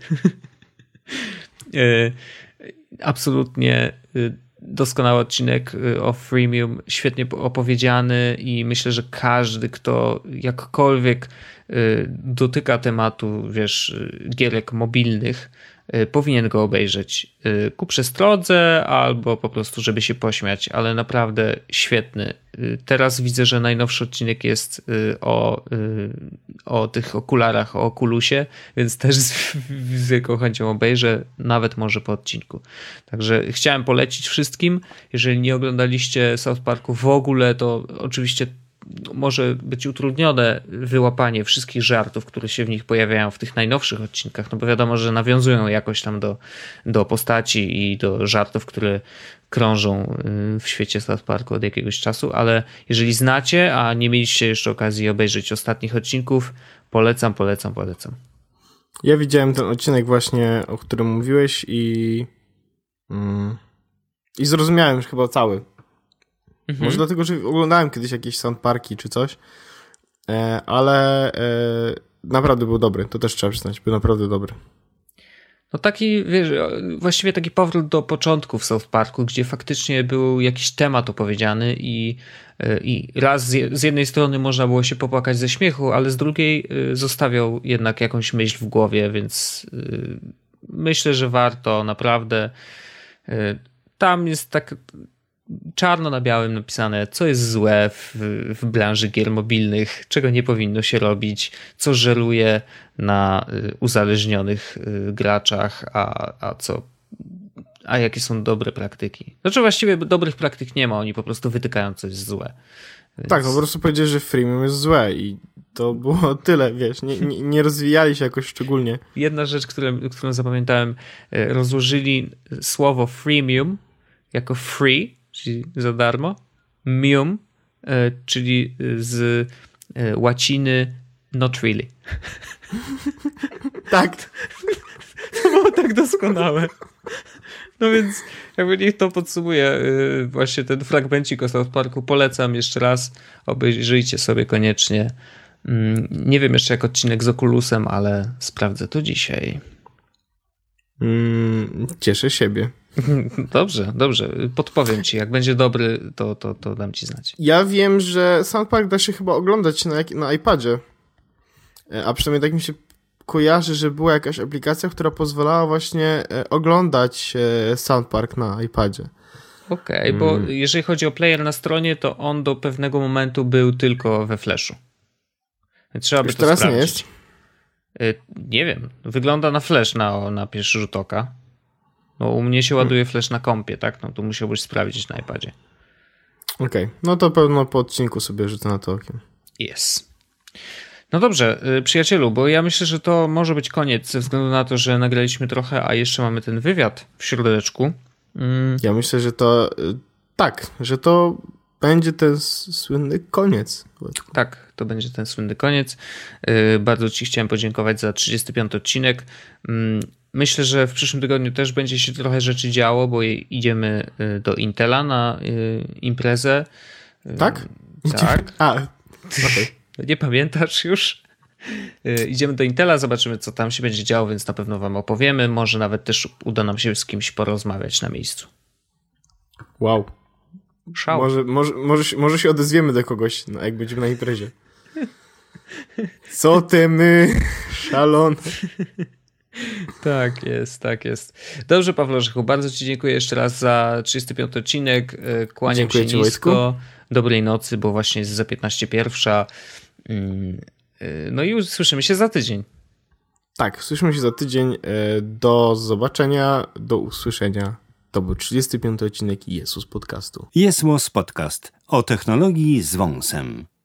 Absolutnie doskonały odcinek o freemium, świetnie opowiedziany i myślę, że każdy, kto jakkolwiek dotyka tematu, wiesz, gierek mobilnych, powinien go obejrzeć ku przestrodze albo po prostu, żeby się pośmiać, ale naprawdę świetny. Teraz widzę, że najnowszy odcinek jest o, o tych okularach, o Oculusie, więc też z, z wielką chęcią obejrzę, nawet może po odcinku. Także chciałem polecić wszystkim. Jeżeli nie oglądaliście South Parku w ogóle, to oczywiście może być utrudnione wyłapanie wszystkich żartów, które się w nich pojawiają w tych najnowszych odcinkach, no bo wiadomo, że nawiązują jakoś tam do, do postaci i do żartów, które krążą w świecie South Parku od jakiegoś czasu, ale jeżeli znacie, a nie mieliście jeszcze okazji obejrzeć ostatnich odcinków, polecam, polecam, polecam. Ja widziałem ten odcinek właśnie, o którym mówiłeś i mm, i zrozumiałem już chyba cały. Mhm. Może dlatego, że oglądałem kiedyś jakieś South Parki czy coś, e, ale e, naprawdę był dobry. To też trzeba przyznać, był naprawdę dobry. No taki, wiesz, właściwie taki powrót do początków South Parku, gdzie faktycznie był jakiś temat opowiedziany i, i raz z jednej strony można było się popłakać ze śmiechu, ale z drugiej zostawiał jednak jakąś myśl w głowie, więc myślę, że warto naprawdę. Tam jest tak czarno na białym napisane, co jest złe w, w branży gier mobilnych, czego nie powinno się robić, co żeruje na uzależnionych graczach, a, a co a jakie są dobre praktyki. Znaczy właściwie dobrych praktyk nie ma, oni po prostu wytykają coś złe. Więc... Tak, no po prostu powiedzieli, że freemium jest złe i to było tyle, wiesz, nie, nie, nie rozwijali się jakoś szczególnie. Jedna rzecz, którą, którą zapamiętałem, rozłożyli słowo freemium jako free, czyli za darmo, mium, czyli z łaciny not really. Tak. To było tak doskonałe. No więc jakby niech to podsumuje właśnie ten fragmencik o South Parku. Polecam jeszcze raz, obejrzyjcie sobie koniecznie. Nie wiem jeszcze jak odcinek z Oculusem, ale sprawdzę to dzisiaj. Mm, cieszę siebie. Dobrze, dobrze. Podpowiem ci. Jak będzie dobry, to, to, to dam ci znać. Ja wiem, że South Park da się chyba oglądać na, na iPadzie. A przynajmniej tak mi się kojarzy, że była jakaś aplikacja, która pozwalała właśnie oglądać South Park na iPadzie. Okej, okay, bo hmm. jeżeli chodzi o player na stronie, to on do pewnego momentu był tylko we Flashu. Trzeba by Już to teraz sprawdzić. Nie jest? Nie wiem. Wygląda na Flash na, na pierwszy rzut oka. No, u mnie się ładuje hmm. Flash na kompie, tak? No to musiałbyś sprawdzić na iPadzie. Okej, okay. No to pewno po odcinku sobie rzucę na to okiem. Jest. No dobrze, przyjacielu, bo ja myślę, że to może być koniec ze względu na to, że nagraliśmy trochę, a jeszcze mamy ten wywiad w środeczku. Mm. Ja myślę, że to tak, że to będzie ten słynny koniec. Tak, to będzie ten słynny koniec. Bardzo ci chciałem podziękować za trzydziesty piąty odcinek. Myślę, że w przyszłym tygodniu też będzie się trochę rzeczy działo, bo idziemy do Intela na imprezę. Tak? Tak. A, okay. Nie pamiętasz już? Idziemy do Intela, zobaczymy co tam się będzie działo, więc na pewno wam opowiemy. Może nawet też uda nam się z kimś porozmawiać na miejscu. Wow. Szał. Może, może, może, się, może się odezwiemy do kogoś, no, jak będziemy na imprezie. Co ty my, szalone. Tak jest, tak jest. Dobrze, Pawle Orzechu, bardzo ci dziękuję jeszcze raz za trzydziesty piąty odcinek. Kłaniam Dziękuję się ci, nisko. Wojtku. Dobrej nocy, bo właśnie jest za piętnaście pierwsza. No i już słyszymy się za tydzień. Tak, słyszymy się za tydzień. Do zobaczenia, do usłyszenia. To był trzydziesty piąty odcinek Jesłos Podcastu. Jesłos Podcast o technologii z wąsem.